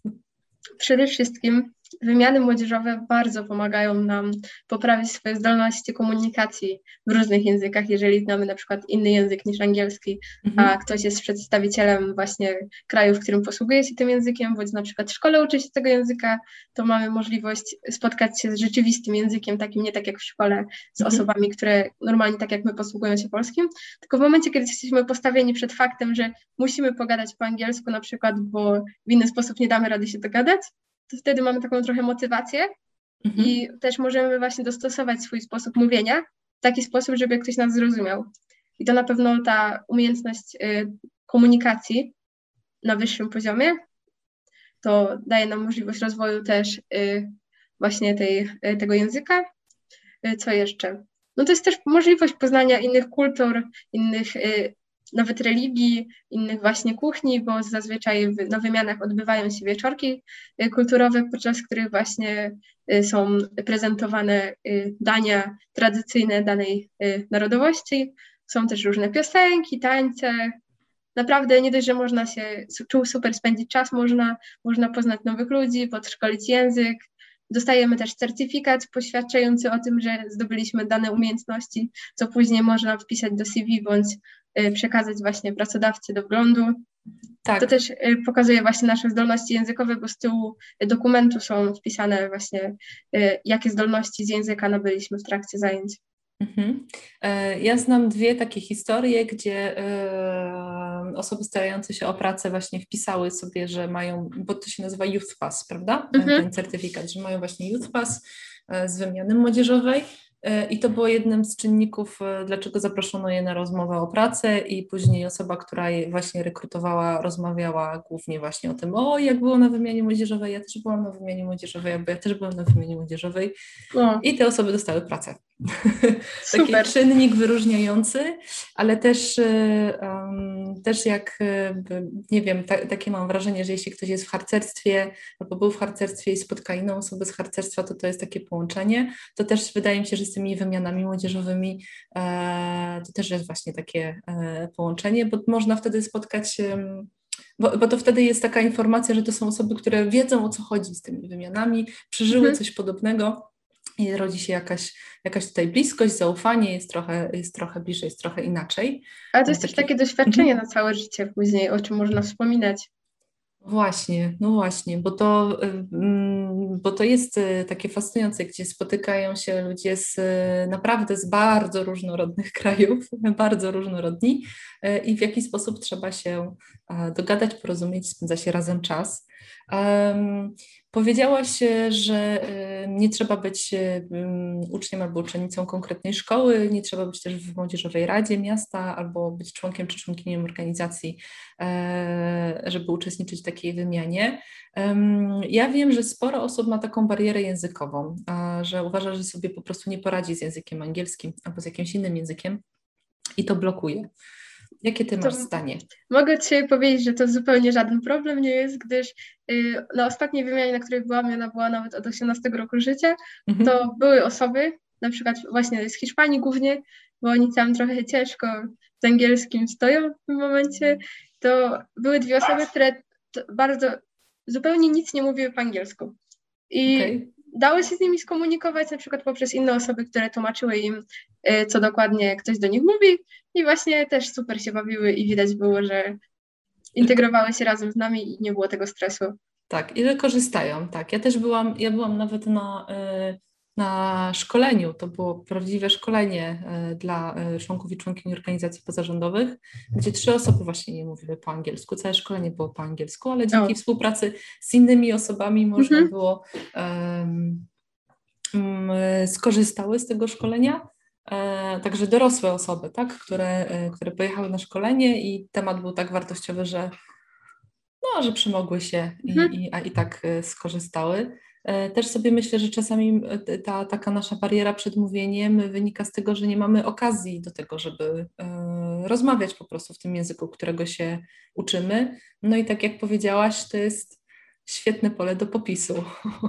Speaker 2: Przede wszystkim wymiany młodzieżowe bardzo pomagają nam poprawić swoje zdolności komunikacji w różnych językach, jeżeli znamy na przykład inny język niż angielski, a
Speaker 1: Mhm.
Speaker 2: ktoś jest przedstawicielem właśnie kraju, w którym posługuje się tym językiem, bądź na przykład w szkole uczy się tego języka, to mamy możliwość spotkać się z rzeczywistym językiem, takim nie tak jak w szkole, z
Speaker 1: Mhm.
Speaker 2: osobami, które normalnie tak jak my posługują się polskim, tylko w momencie, kiedy jesteśmy postawieni przed faktem, że musimy pogadać po angielsku na przykład, bo w inny sposób nie damy rady się dogadać, to wtedy mamy taką trochę motywację
Speaker 1: Mhm.
Speaker 2: i też możemy właśnie dostosować swój sposób mówienia w taki sposób, żeby ktoś nas zrozumiał. I to na pewno ta umiejętność y, komunikacji na wyższym poziomie, to daje nam możliwość rozwoju też y, właśnie tej, y, tego języka. Y, co jeszcze? No to jest też możliwość poznania innych kultur, innych y, nawet religii, innych właśnie kuchni, bo zazwyczaj w, na wymianach odbywają się wieczorki y, kulturowe, podczas których właśnie y, są prezentowane y, dania tradycyjne danej y, narodowości. Są też różne piosenki, tańce. Naprawdę nie dość, że można się su- super spędzić czas, można, można poznać nowych ludzi, podszkolić język. Dostajemy też certyfikat poświadczający o tym, że zdobyliśmy dane umiejętności, co później można wpisać do C V bądź y, przekazać właśnie pracodawcy do wglądu.
Speaker 1: Tak.
Speaker 2: To też y, pokazuje właśnie nasze zdolności językowe, bo z tyłu dokumentu są wpisane właśnie y, jakie zdolności z języka nabyliśmy w trakcie zajęć.
Speaker 1: Mhm. E, Ja znam dwie takie historie, gdzie e, osoby starające się o pracę właśnie wpisały sobie, że mają, bo to się nazywa Youth Pass, prawda? E,
Speaker 2: Mhm.
Speaker 1: Ten certyfikat, że mają właśnie Youth Pass e, z wymiany młodzieżowej. I to było jednym z czynników, dlaczego zaproszono je na rozmowę o pracę i później osoba, która je właśnie rekrutowała, rozmawiała głównie właśnie o tym, o jak było na wymianie młodzieżowej, ja też byłam na wymianie młodzieżowej, jakby ja też byłam na wymianie młodzieżowej o. I te osoby dostały pracę. Taki czynnik wyróżniający, ale też, um, też jak, nie wiem, ta, takie mam wrażenie, że jeśli ktoś jest w harcerstwie albo był w harcerstwie i spotka inną osobę z harcerstwa, to to jest takie połączenie. To też wydaje mi się, że z tymi wymianami młodzieżowymi e, to też jest właśnie takie e, połączenie, bo można wtedy spotkać, e, bo, bo to wtedy jest taka informacja, że to są osoby, które wiedzą, o co chodzi z tymi wymianami, przeżyły mhm. coś podobnego. I rodzi się jakaś, jakaś tutaj bliskość, zaufanie, jest trochę, jest trochę bliżej, jest trochę inaczej.
Speaker 2: Ale to jest też takie doświadczenie na całe życie później, o czym można wspominać.
Speaker 1: Właśnie, no właśnie, bo to, bo to jest takie fascynujące, gdzie spotykają się ludzie z naprawdę z bardzo różnorodnych krajów, bardzo różnorodni i w jaki sposób trzeba się dogadać, porozumieć, spędza się razem czas. Um, powiedziałaś, że nie trzeba być uczniem albo uczennicą konkretnej szkoły, nie trzeba być też w Młodzieżowej Radzie Miasta albo być członkiem czy członkinią organizacji, żeby uczestniczyć w takiej wymianie. Ja wiem, że sporo osób ma taką barierę językową, że uważa, że sobie po prostu nie poradzi z językiem angielskim albo z jakimś innym językiem i to blokuje. Jakie ty masz to zdanie?
Speaker 2: Mogę ci powiedzieć, że to zupełnie żaden problem nie jest, gdyż yy, na ostatniej wymianie, na której byłam, ona była nawet od osiemnastego roku życia, mhm. to były osoby, na przykład właśnie z Hiszpanii głównie, bo oni tam trochę ciężko z angielskim stoją w tym momencie, to były dwie osoby, które bardzo, zupełnie nic nie mówiły po angielsku. I okay. dało się z nimi skomunikować na przykład poprzez inne osoby, które tłumaczyły im, co dokładnie ktoś do nich mówi i właśnie też super się bawiły i widać było, że integrowały się razem z nami i nie było tego stresu.
Speaker 1: Tak, i że korzystają, tak. Ja też byłam, ja byłam nawet na, na szkoleniu, to było prawdziwe szkolenie dla członków i członkini organizacji pozarządowych, gdzie trzy osoby właśnie nie mówiły po angielsku, całe szkolenie było po angielsku, ale dzięki o. współpracy z innymi osobami można mhm. było um, um, skorzystały z tego szkolenia. E, także dorosłe osoby, tak, które, e, które pojechały na szkolenie i temat był tak wartościowy, że no, że przymogły się i, mhm. i, a i tak e, skorzystały. E, też sobie myślę, że czasami ta taka nasza bariera przed mówieniem wynika z tego, że nie mamy okazji do tego, żeby e, rozmawiać po prostu w tym języku, którego się uczymy. No i tak jak powiedziałaś, to jest świetne pole do popisu.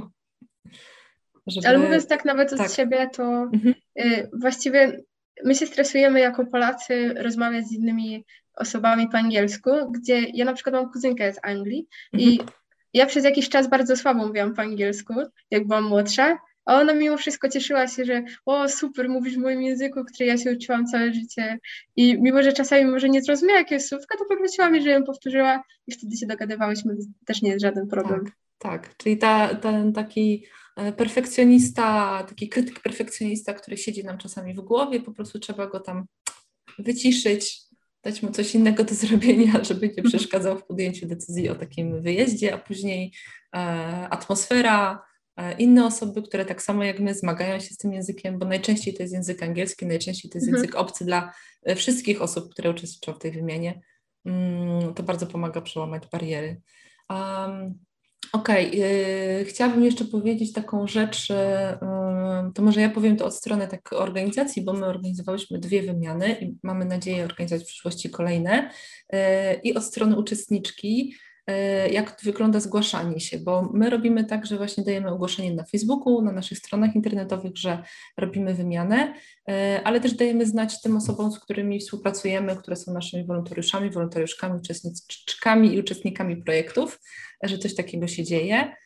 Speaker 2: Żeby... Ale mówiąc tak nawet od tak. siebie, to mhm. y, właściwie my się stresujemy jako Polacy rozmawiać z innymi osobami po angielsku, gdzie ja na przykład mam kuzynkę z Anglii mhm. i ja przez jakiś czas bardzo słabo mówiłam po angielsku, jak byłam młodsza, a ona mimo wszystko cieszyła się, że o super, mówisz w moim języku, który ja się uczyłam całe życie i mimo, że czasami może nie zrozumiała jakiegoś słówka, to poprosiła mnie, że ją powtórzyła i wtedy się dogadywałyśmy, też nie jest żaden problem.
Speaker 1: Tak, tak. Czyli ta, ten taki perfekcjonista, taki krytyk perfekcjonista, który siedzi nam czasami w głowie, po prostu trzeba go tam wyciszyć, dać mu coś innego do zrobienia, żeby nie przeszkadzał w podjęciu decyzji o takim wyjeździe, a później e, atmosfera, e, inne osoby, które tak samo jak my zmagają się z tym językiem, bo najczęściej to jest język angielski, najczęściej to jest mhm. język obcy dla wszystkich osób, które uczestniczą w tej wymianie. Mm, to bardzo pomaga przełamać bariery. Um, Okej, okay. Chciałabym jeszcze powiedzieć taką rzecz, yy, to może ja powiem to od strony tak organizacji, bo my organizowałyśmy dwie wymiany i mamy nadzieję organizować w przyszłości kolejne yy, i od strony uczestniczki, yy, jak wygląda zgłaszanie się, bo my robimy tak, że właśnie dajemy ogłoszenie na Facebooku, na naszych stronach internetowych, że robimy wymianę, yy, ale też dajemy znać tym osobom, z którymi współpracujemy, które są naszymi wolontariuszami, wolontariuszkami, uczestniczkami i uczestnikami projektów, że coś takiego się dzieje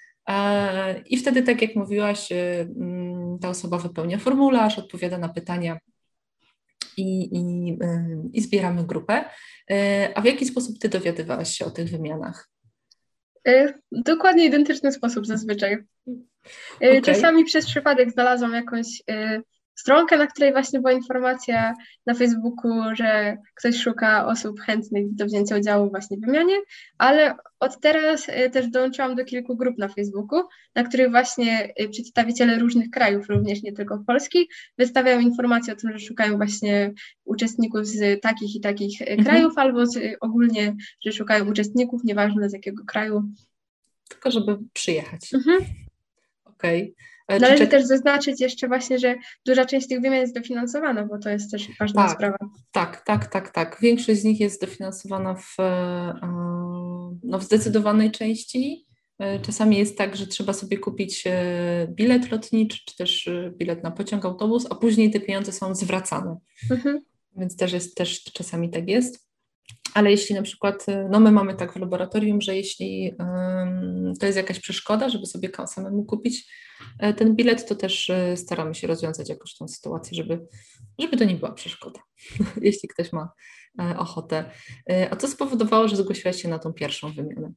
Speaker 1: i wtedy, tak jak mówiłaś, ta osoba wypełnia formularz, odpowiada na pytania i, i, i zbieramy grupę. A w jaki sposób ty dowiadywałaś się o tych wymianach?
Speaker 2: Dokładnie identyczny sposób zazwyczaj. Okay. Czasami przez przypadek znalazłam jakąś stronkę, na której właśnie była informacja na Facebooku, że ktoś szuka osób chętnych do wzięcia udziału właśnie w wymianie, ale od teraz też dołączyłam do kilku grup na Facebooku, na których właśnie przedstawiciele różnych krajów, również nie tylko Polski, wystawiają informacje o tym, że szukają właśnie uczestników z takich i takich mhm. krajów, albo z, ogólnie, że szukają uczestników, nieważne z jakiego kraju.
Speaker 1: Tylko żeby przyjechać. Mhm. Okej. Okay.
Speaker 2: Należy czek- też zaznaczyć jeszcze właśnie, że duża część tych wymian jest dofinansowana, bo to jest też ważna
Speaker 1: tak,
Speaker 2: sprawa.
Speaker 1: Tak, tak, tak, tak. Większość z nich jest dofinansowana w, no, w zdecydowanej części. Czasami jest tak, że trzeba sobie kupić bilet lotniczy, czy też bilet na pociąg, autobus, a później te pieniądze są zwracane. Mhm. Więc też jest, też czasami tak jest. Ale jeśli na przykład, no my mamy tak w laboratorium, że jeśli um, to jest jakaś przeszkoda, żeby sobie samemu kupić ten bilet, to też staramy się rozwiązać jakoś tą sytuację, żeby, żeby to nie była przeszkoda, jeśli ktoś ma ochotę. A co spowodowało, że zgłosiłaś się na tą pierwszą wymianę?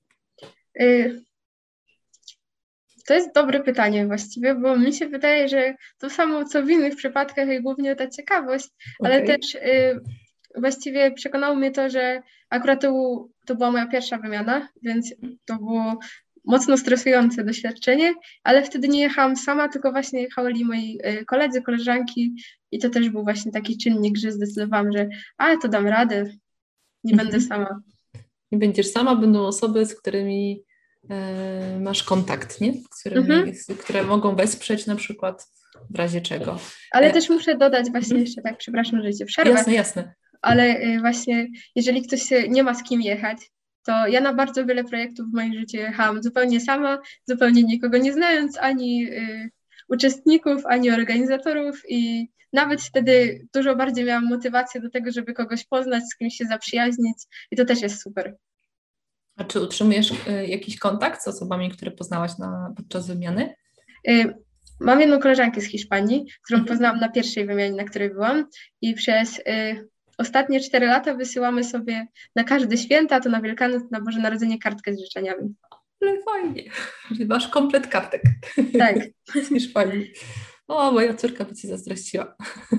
Speaker 2: To jest dobre pytanie właściwie, bo mi się wydaje, że to samo co w innych przypadkach i głównie ta ciekawość, okay. ale też y, właściwie przekonało mnie to, że akurat to, to była moja pierwsza wymiana, więc to było mocno stresujące doświadczenie, ale wtedy nie jechałam sama, tylko właśnie jechali moi y, koledzy, koleżanki i to też był właśnie taki czynnik, że zdecydowałam, że a, to dam radę, nie będę sama.
Speaker 1: Nie będziesz sama, będą osoby, z którymi masz kontakt, nie? Z którymi, mhm. które mogą wesprzeć na przykład w razie czego.
Speaker 2: Ale e... też muszę dodać właśnie jeszcze tak, przepraszam, że cię przerwę.
Speaker 1: Jasne, jasne.
Speaker 2: Ale właśnie jeżeli ktoś nie ma z kim jechać, to ja na bardzo wiele projektów w moim życiu jechałam zupełnie sama, zupełnie nikogo nie znając, ani y, uczestników, ani organizatorów i nawet wtedy dużo bardziej miałam motywację do tego, żeby kogoś poznać, z kimś się zaprzyjaźnić i to też jest super.
Speaker 1: A czy utrzymujesz y, jakiś kontakt z osobami, które poznałaś na, podczas wymiany?
Speaker 2: Y, mam jedną koleżankę z Hiszpanii, którą mhm. poznałam na pierwszej wymianie, na której byłam i przez y, ostatnie cztery lata wysyłamy sobie na każde święta, to na Wielkanoc, na Boże Narodzenie kartkę z życzeniami.
Speaker 1: Ale fajnie, że masz komplet kartek.
Speaker 2: Tak.
Speaker 1: Z Hiszpanii. O, moja córka by ci zazdrościła.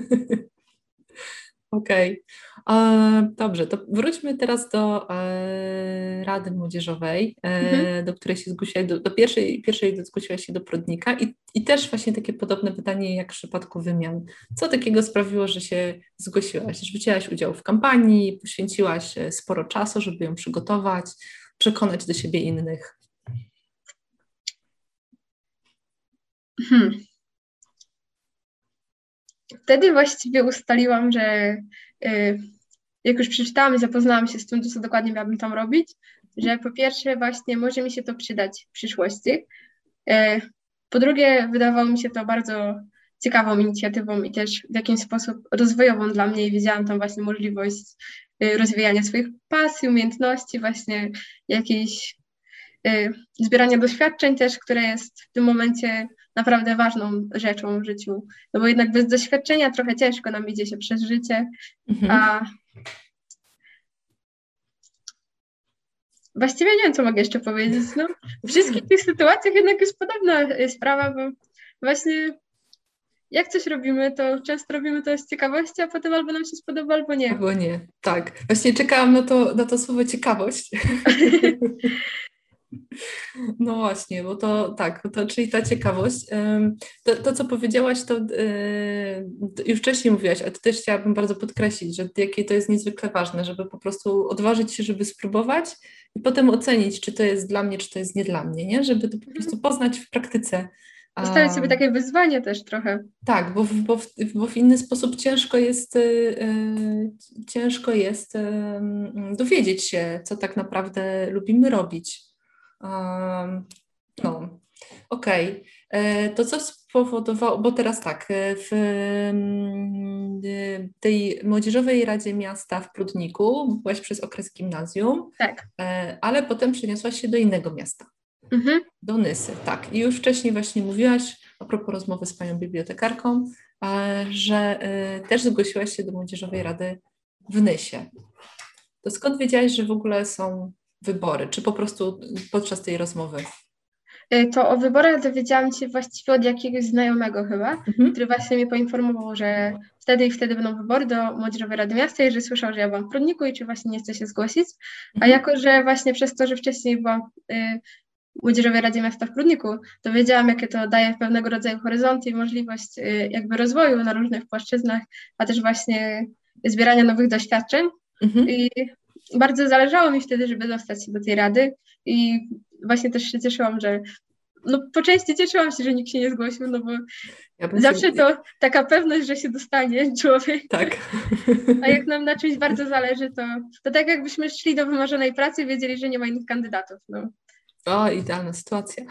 Speaker 1: Okej, okay. Dobrze, to wróćmy teraz do e, Rady Młodzieżowej, e, mhm. do której się zgłosiłaś, do, do pierwszej, pierwszej zgłosiłaś się do Prodnika i, i też właśnie takie podobne pytanie jak w przypadku wymian. Co takiego sprawiło, że się zgłosiłaś, że wzięłaś udział w kampanii, poświęciłaś sporo czasu, żeby ją przygotować, przekonać do siebie innych?
Speaker 2: Hmm. Wtedy właściwie ustaliłam, że y, jak już przeczytałam i zapoznałam się z tym, co dokładnie miałabym tam robić, że po pierwsze właśnie może mi się to przydać w przyszłości. Y, po drugie wydawało mi się to bardzo ciekawą inicjatywą i też w jakiś sposób rozwojową dla mnie i widziałam tam właśnie możliwość y, rozwijania swoich pasji, umiejętności, właśnie jakiejś y, zbierania doświadczeń też, które jest w tym momencie naprawdę ważną rzeczą w życiu, no bo jednak bez doświadczenia trochę ciężko nam idzie się przez życie, mhm. a właściwie nie wiem, co mogę jeszcze powiedzieć, no w wszystkich tych sytuacjach jednak jest podobna sprawa, bo właśnie jak coś robimy, to często robimy to z ciekawości, a potem albo nam się spodoba, albo nie.
Speaker 1: Albo nie, tak. Właśnie czekałam na to, na to słowo ciekawość. No właśnie, bo to tak, to, czyli ta ciekawość. To, to co powiedziałaś, to, to już wcześniej mówiłaś, ale to też chciałabym bardzo podkreślić, że jakie to jest niezwykle ważne, żeby po prostu odważyć się, żeby spróbować i potem ocenić, czy to jest dla mnie, czy to jest nie dla mnie, nie? Żeby to po prostu poznać w praktyce.
Speaker 2: Postawić sobie takie wyzwanie też trochę.
Speaker 1: Tak, bo, bo, bo w inny sposób ciężko jest, yy, ciężko jest yy, dowiedzieć się, co tak naprawdę lubimy robić. Um, no, okej. Okay. To co spowodowało, bo teraz tak, w tej Młodzieżowej Radzie Miasta w Prudniku byłaś przez okres gimnazjum,
Speaker 2: tak.
Speaker 1: Ale potem przeniosłaś się do innego miasta, mhm. do Nysy, tak. I już wcześniej właśnie mówiłaś, a propos rozmowy z panią bibliotekarką, że też zgłosiłaś się do Młodzieżowej Rady w Nysie. To skąd wiedziałaś, że w ogóle są wybory, czy po prostu podczas tej rozmowy?
Speaker 2: Y, To o wyborach dowiedziałam się właściwie od jakiegoś znajomego chyba,
Speaker 1: Mhm.
Speaker 2: który właśnie mnie poinformował, że wtedy i wtedy będą wybory do Młodzieżowej Rady Miasta i że słyszał, że ja byłam w Prudniku i czy właśnie nie chcę się zgłosić. A
Speaker 1: Mhm.
Speaker 2: jako, że właśnie przez to, że wcześniej byłam y, w Młodzieżowej Radzie Miasta w Prudniku, to wiedziałam, jakie to daje pewnego rodzaju horyzonty i możliwość y, jakby rozwoju na różnych płaszczyznach, a też właśnie zbierania nowych doświadczeń.
Speaker 1: Mhm.
Speaker 2: I bardzo zależało mi wtedy, żeby dostać się do tej rady i właśnie też się cieszyłam, że no po części cieszyłam się, że nikt się nie zgłosił, no bo
Speaker 1: Ja bym
Speaker 2: zawsze
Speaker 1: się...
Speaker 2: to taka pewność, że się dostanie człowiek,
Speaker 1: Tak.
Speaker 2: a jak nam na czymś bardzo zależy, to, to tak jakbyśmy szli do wymarzonej pracy i wiedzieli, że nie ma innych kandydatów. No.
Speaker 1: O, idealna sytuacja.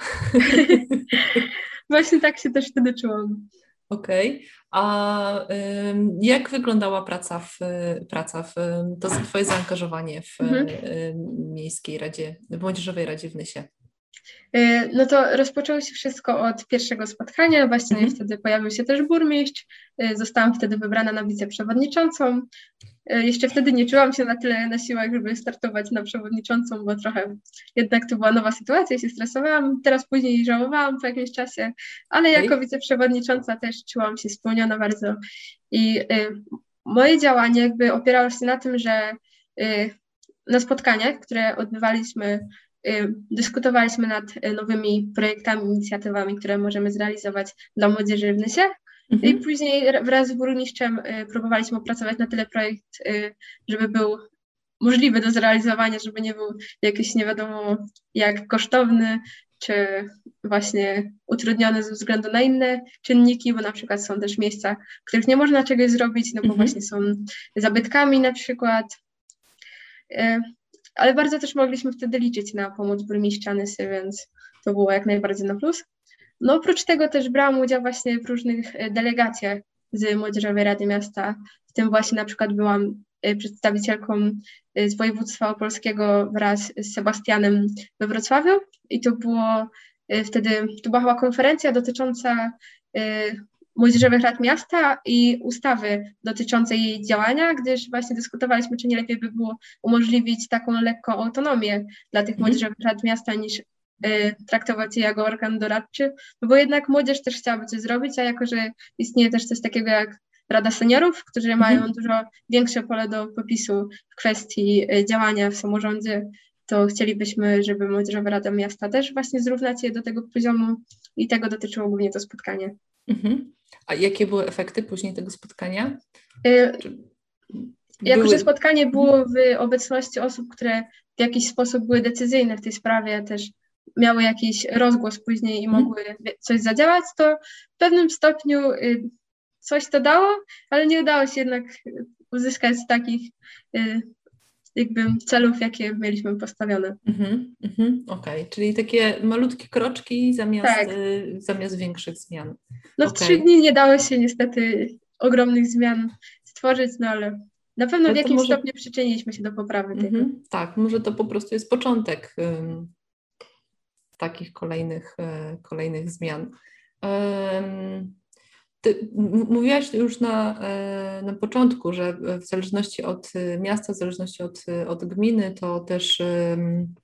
Speaker 2: Właśnie tak się też wtedy czułam.
Speaker 1: Okej. A ym, jak wyglądała praca w, praca w to Twoje zaangażowanie w
Speaker 2: Mhm.
Speaker 1: ym, Miejskiej Radzie, w Młodzieżowej Radzie w Nysie?
Speaker 2: Y, No to rozpoczęło się wszystko od pierwszego spotkania, właściwie
Speaker 1: Mhm.
Speaker 2: wtedy pojawił się też burmistrz, y, zostałam wtedy wybrana na wiceprzewodniczącą. Y, Jeszcze wtedy nie czułam się na tyle na siłach, żeby startować na przewodniczącą, bo trochę jednak to była nowa sytuacja i się stresowałam. Teraz później żałowałam po jakimś czasie, ale jako
Speaker 1: Okej.
Speaker 2: wiceprzewodnicząca też czułam się spełniona bardzo. I y, moje działanie jakby opierało się na tym, że y, na spotkaniach, które odbywaliśmy, y, dyskutowaliśmy nad y, nowymi projektami, inicjatywami, które możemy zrealizować dla młodzieży w Nysie. I
Speaker 1: Mhm.
Speaker 2: później ra- wraz z burmistrzem y, próbowaliśmy opracować na tyle projekt, y, żeby był możliwy do zrealizowania, żeby nie był jakiś nie wiadomo jak kosztowny, czy właśnie utrudniony ze względu na inne czynniki, bo na przykład są też miejsca, w których nie można czegoś zrobić, no bo
Speaker 1: Mhm.
Speaker 2: właśnie są zabytkami na przykład. Y, Ale bardzo też mogliśmy wtedy liczyć na pomoc burmistrza Nysy, więc to było jak najbardziej na plus. No oprócz tego też brałam udział właśnie w różnych e, delegacjach z Młodzieżowej Rady Miasta, w tym właśnie na przykład byłam e, przedstawicielką e, z województwa opolskiego wraz z Sebastianem we Wrocławiu i to było e, wtedy, to była chyba konferencja dotycząca e, Młodzieżowych Rad Miasta i ustawy dotyczącej jej działania, gdyż właśnie dyskutowaliśmy, czy nie lepiej by było umożliwić taką lekką autonomię dla tych
Speaker 1: Mhm.
Speaker 2: Młodzieżowych Rad Miasta niż y, traktować je jako organ doradczy, no bo jednak młodzież też chciałaby coś zrobić, a jako, że istnieje też coś takiego jak Rada Seniorów, którzy mają
Speaker 1: Mhm.
Speaker 2: dużo większe pole do popisu w kwestii y, działania w samorządzie, to chcielibyśmy, żeby Młodzieżowa Rada Miasta też właśnie zrównać je do tego poziomu i tego dotyczyło głównie to spotkanie.
Speaker 1: Mhm. A jakie były efekty później tego spotkania?
Speaker 2: Y,
Speaker 1: Czy
Speaker 2: Jako, że
Speaker 1: były...
Speaker 2: spotkanie
Speaker 1: Mhm.
Speaker 2: było w obecności osób, które w jakiś sposób były decyzyjne w tej sprawie, też miały jakiś rozgłos później i
Speaker 1: Mhm.
Speaker 2: mogły coś zadziałać, to w pewnym stopniu y, coś to dało, ale nie udało się jednak uzyskać takich y, jakby celów, jakie mieliśmy postawione.
Speaker 1: Mhm. Mhm. Okej, czyli takie malutkie kroczki zamiast,
Speaker 2: Tak,
Speaker 1: y, zamiast większych zmian.
Speaker 2: no w trzy
Speaker 1: Okej.
Speaker 2: dni nie dało się niestety ogromnych zmian stworzyć, no ale na pewno w
Speaker 1: Ale to
Speaker 2: jakimś
Speaker 1: może...
Speaker 2: stopniu przyczyniliśmy się do poprawy tego.
Speaker 1: Mhm. Tak, może to po prostu jest początek ym, takich kolejnych, e, kolejnych zmian. Ym, Ty m- mówiłaś już na, e, na początku, że w zależności od e, miasta, w zależności od, e, od gminy, to też em,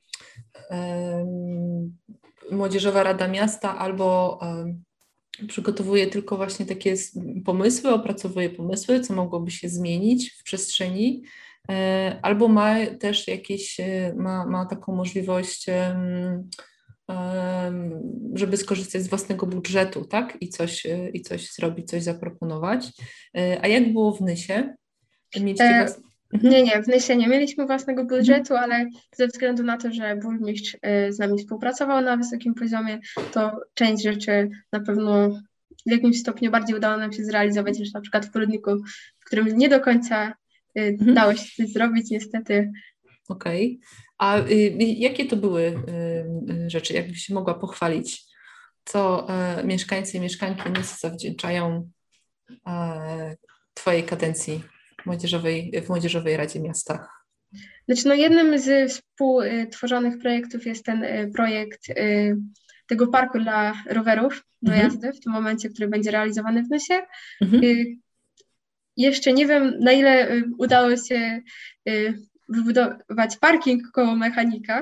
Speaker 1: em, Młodzieżowa Rada Miasta albo em, przygotowuje tylko właśnie takie s- pomysły, opracowuje pomysły, co mogłoby się zmienić w przestrzeni, e, albo ma też jakieś, e, ma, ma taką możliwość, em, em, żeby skorzystać z własnego budżetu, tak? I coś, e, i coś zrobić, coś zaproponować. E, A jak było w Nysie? Mieliście
Speaker 2: E,
Speaker 1: własne...
Speaker 2: Nie,
Speaker 1: Mhm,
Speaker 2: nie, w Nysie nie mieliśmy własnego
Speaker 1: mhm,
Speaker 2: budżetu, ale ze względu na to, że burmistrz y, z nami współpracował na wysokim poziomie, to część rzeczy na pewno w jakimś stopniu bardziej udało nam się zrealizować niż na przykład w Prudniku, w którym nie do końca y,
Speaker 1: mhm.
Speaker 2: dało się coś zrobić niestety.
Speaker 1: Okej. A y, jakie to były y, y, rzeczy, jakbyś się mogła pochwalić, co e, mieszkańcy i mieszkanki Nysy zawdzięczają e, Twojej kadencji młodzieżowej, w Młodzieżowej Radzie Miasta?
Speaker 2: Znaczy, no jednym z współtworzonych projektów jest ten y, projekt y, tego parku dla rowerów do
Speaker 1: Mhm,
Speaker 2: jazdy w tym momencie, który będzie realizowany w Nysie.
Speaker 1: mhm,
Speaker 2: Y, Jeszcze nie wiem, na ile y, udało się y, wybudować parking koło mechanika,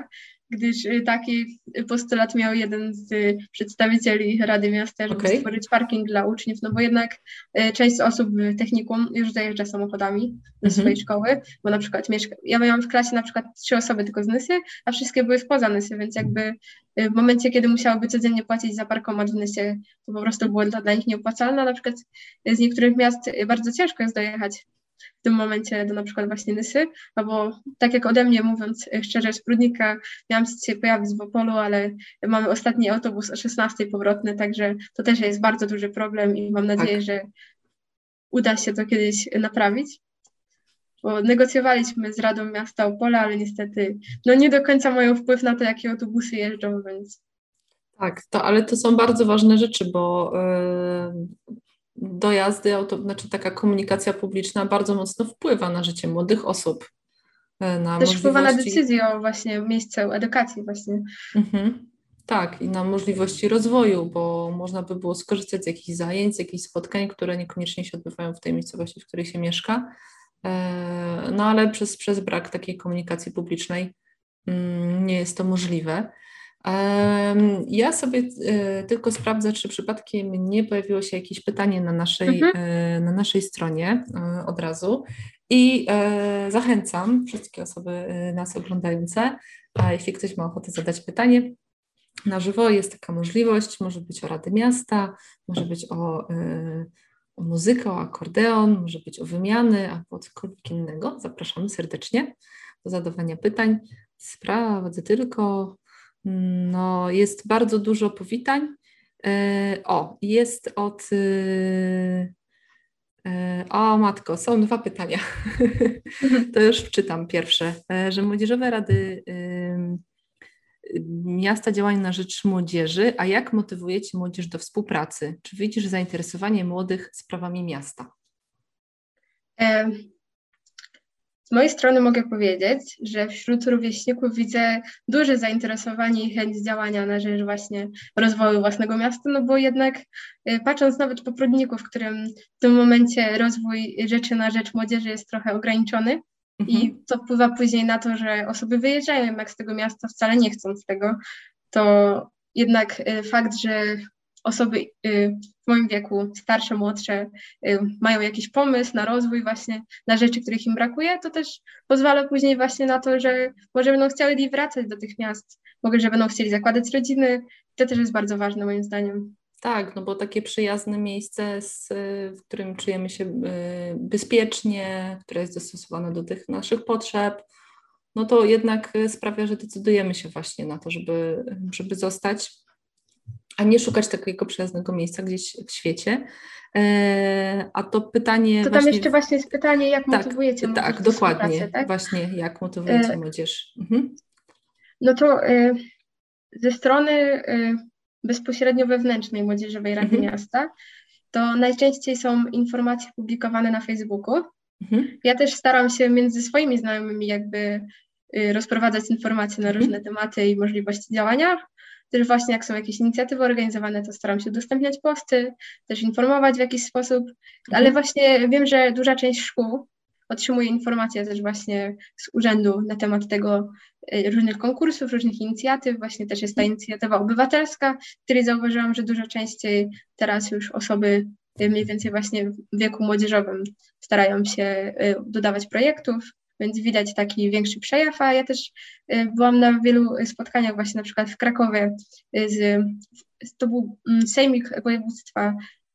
Speaker 2: gdyż y, taki postulat miał jeden z y, przedstawicieli Rady Miasta, żeby
Speaker 1: Okej.
Speaker 2: stworzyć parking dla uczniów, no bo jednak y, część osób w technikum już dojeżdża samochodami do
Speaker 1: Mhm.
Speaker 2: swojej szkoły, bo na przykład mieszka... ja miałam w klasie na przykład trzy osoby tylko z Nysy, a wszystkie były spoza Nysy, więc jakby y, w momencie, kiedy musiałyby codziennie płacić za parkomat w Nysie, to po prostu było to dla nich nieopłacalne. Na przykład z niektórych miast y, bardzo ciężko jest dojechać w tym momencie do na przykład właśnie Nysy, albo tak jak ode mnie, mówiąc szczerze, z Prudnika miałam się pojawić w Opolu, ale mamy ostatni autobus o szesnastej powrotny, także to też jest bardzo duży problem i mam nadzieję,
Speaker 1: Tak.
Speaker 2: że uda się to kiedyś naprawić. Bo negocjowaliśmy z Radą Miasta Opola, ale niestety no nie do końca mają wpływ na to, jakie autobusy jeżdżą, więc...
Speaker 1: Tak, to, ale to są bardzo ważne rzeczy, bo yy, dojazdy, auto, znaczy taka komunikacja publiczna bardzo mocno wpływa na życie młodych osób, yy, na
Speaker 2: Też wpływa na
Speaker 1: możliwości...
Speaker 2: decyzję o właśnie miejscu edukacji właśnie.
Speaker 1: Mhm. Tak, i na możliwości rozwoju, bo można by było skorzystać z jakichś zajęć, z jakichś spotkań, które niekoniecznie się odbywają w tej miejscowości, w której się mieszka. No ale przez, przez brak takiej komunikacji publicznej nie jest to możliwe. Ja sobie tylko sprawdzę, czy przypadkiem nie pojawiło się jakieś pytanie na naszej,
Speaker 2: Mhm.
Speaker 1: na naszej stronie od razu i zachęcam wszystkie osoby nas oglądające, a jeśli ktoś ma ochotę zadać pytanie na żywo, jest taka możliwość, może być o Rady Miasta, może być o, o muzykę, o akordeon, może być o wymiany albo cokolwiek innego. Zapraszamy serdecznie do zadawania pytań. Sprawdzę tylko, no jest bardzo dużo powitań. O, jest od... O matko, są dwa pytania. To już wczytam pierwsze, że Młodzieżowe Rady Miasta działają na rzecz młodzieży, a jak motywujecie młodzież do współpracy? Czy widzisz zainteresowanie młodych sprawami miasta?
Speaker 2: Z mojej strony mogę powiedzieć, że wśród rówieśników widzę duże zainteresowanie i chęć działania na rzecz właśnie rozwoju własnego miasta, no bo jednak patrząc nawet po Prudniku, w którym w tym momencie rozwój rzeczy na rzecz młodzieży jest trochę ograniczony, mhm. i to wpływa później na to, że osoby wyjeżdżają jednak z tego miasta wcale nie chcąc tego, to jednak fakt, że osoby w moim wieku, starsze, młodsze, mają jakiś pomysł na rozwój właśnie, na rzeczy, których im brakuje, to też pozwala później właśnie na to, że może będą chcieli wracać do tych miast, może, że będą chcieli zakładać rodziny. To też jest bardzo ważne moim zdaniem.
Speaker 1: Tak, no bo takie przyjazne miejsce, z, w którym czujemy się bezpiecznie, które jest dostosowane do tych naszych potrzeb, no to jednak sprawia, że decydujemy się właśnie na to, żeby, żeby zostać, a nie szukać takiego przyjaznego miejsca gdzieś w świecie. E, a to pytanie...
Speaker 2: To tam
Speaker 1: właśnie...
Speaker 2: jeszcze właśnie jest pytanie, jak
Speaker 1: tak,
Speaker 2: motywujecie młodzież
Speaker 1: tak,
Speaker 2: do
Speaker 1: dokładnie,
Speaker 2: współpracy, tak?
Speaker 1: Właśnie jak motywujecie
Speaker 2: e,
Speaker 1: młodzież. Mhm.
Speaker 2: No to e, ze strony e, bezpośrednio wewnętrznej Młodzieżowej Rady mhm. Miasta, to najczęściej są informacje publikowane na Facebooku. Mhm. Ja też staram się między swoimi znajomymi jakby y, rozprowadzać informacje na różne mhm. tematy i możliwości działania. Też właśnie jak są jakieś inicjatywy organizowane, to staram się udostępniać posty, też informować w jakiś sposób, mhm. ale właśnie wiem, że duża część szkół otrzymuje informacje też właśnie z urzędu na temat tego y, różnych konkursów, różnych inicjatyw. Właśnie też jest ta inicjatywa obywatelska, w której zauważyłam, że dużo częściej teraz już osoby mniej więcej właśnie w wieku młodzieżowym starają się dodawać projektów, więc widać taki większy przejaw, a ja też byłam na wielu spotkaniach właśnie na przykład w Krakowie, z, to był sejmik województwa,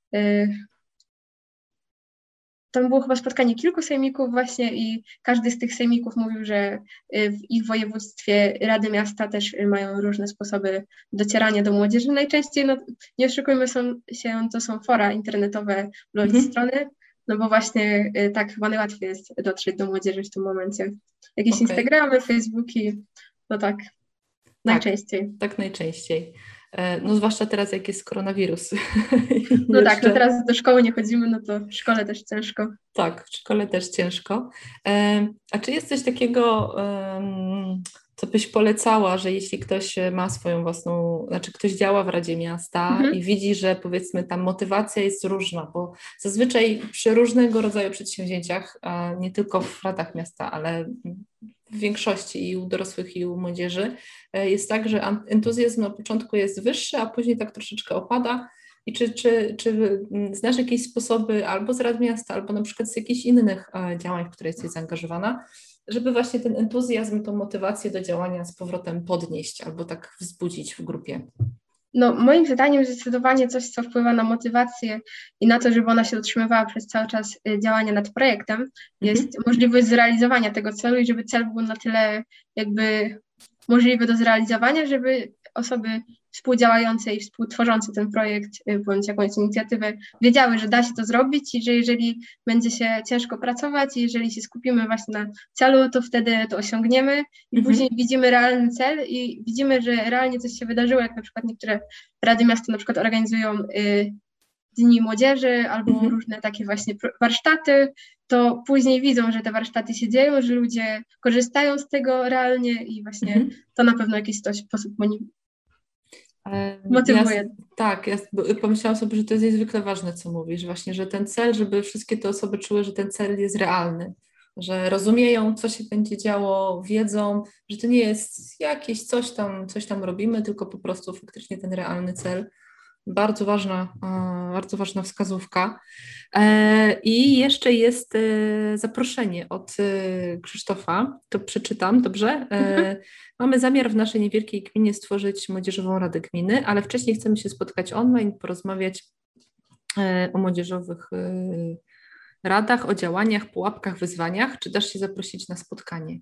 Speaker 2: tam było chyba spotkanie kilku sejmików właśnie i każdy z tych sejmików mówił, że w ich województwie Rady Miasta też mają różne sposoby docierania do młodzieży. Najczęściej, no, nie oszukujmy się, to są fora internetowe lub mhm. strony, no bo właśnie tak chyba najłatwiej jest dotrzeć do młodzieży w tym momencie. Jakieś okay. Instagramy, Facebooki, no tak, tak najczęściej.
Speaker 1: Tak najczęściej. No zwłaszcza teraz, jak jest koronawirus.
Speaker 2: No jeszcze... tak, no teraz do szkoły nie chodzimy, no to w szkole też ciężko.
Speaker 1: Tak, w szkole też ciężko. A czy jest coś takiego, co byś polecała, że jeśli ktoś ma swoją własną, znaczy ktoś działa w Radzie Miasta mhm. i widzi, że powiedzmy tam motywacja jest różna, bo zazwyczaj przy różnego rodzaju przedsięwzięciach, nie tylko w Radach Miasta, ale w większości i u dorosłych, i u młodzieży jest tak, że entuzjazm na początku jest wyższy, a później tak troszeczkę opada. I czy, czy, czy znasz jakieś sposoby albo z Rad Miasta, albo na przykład z jakichś innych działań, w które jesteś zaangażowana, żeby właśnie ten entuzjazm, tą motywację do działania z powrotem podnieść albo tak wzbudzić w grupie?
Speaker 2: No, moim zdaniem zdecydowanie coś, co wpływa na motywację i na to, żeby ona się utrzymywała przez cały czas działania nad projektem, mhm. jest możliwość zrealizowania tego celu i żeby cel był na tyle jakby możliwy do zrealizowania, żeby osoby współdziałające i współtworzące ten projekt bądź jakąś inicjatywę wiedziały, że da się to zrobić i że jeżeli będzie się ciężko pracować i jeżeli się skupimy właśnie na celu, to wtedy to osiągniemy i mhm. później widzimy realny cel i widzimy, że realnie coś się wydarzyło, jak na przykład niektóre Rady Miasta na przykład organizują y, Dni Młodzieży albo mhm. różne takie właśnie warsztaty, to później widzą, że te warsztaty się dzieją, że ludzie korzystają z tego realnie i właśnie mhm. to na pewno w jakiś sposób motywuje.
Speaker 1: Ja, tak, ja pomyślałam sobie, że to jest niezwykle ważne, co mówisz, właśnie, że ten cel, żeby wszystkie te osoby czuły, że ten cel jest realny, że rozumieją, co się będzie działo, wiedzą, że to nie jest jakieś coś tam, coś tam robimy, tylko po prostu faktycznie ten realny cel. Bardzo ważna, bardzo ważna wskazówka. I jeszcze jest zaproszenie od Krzysztofa, to przeczytam, dobrze? Mhm. Mamy zamiar w naszej niewielkiej gminie stworzyć Młodzieżową Radę Gminy, ale wcześniej chcemy się spotkać online, porozmawiać o młodzieżowych radach, o działaniach, pułapkach, wyzwaniach. Czy dasz się zaprosić na spotkanie?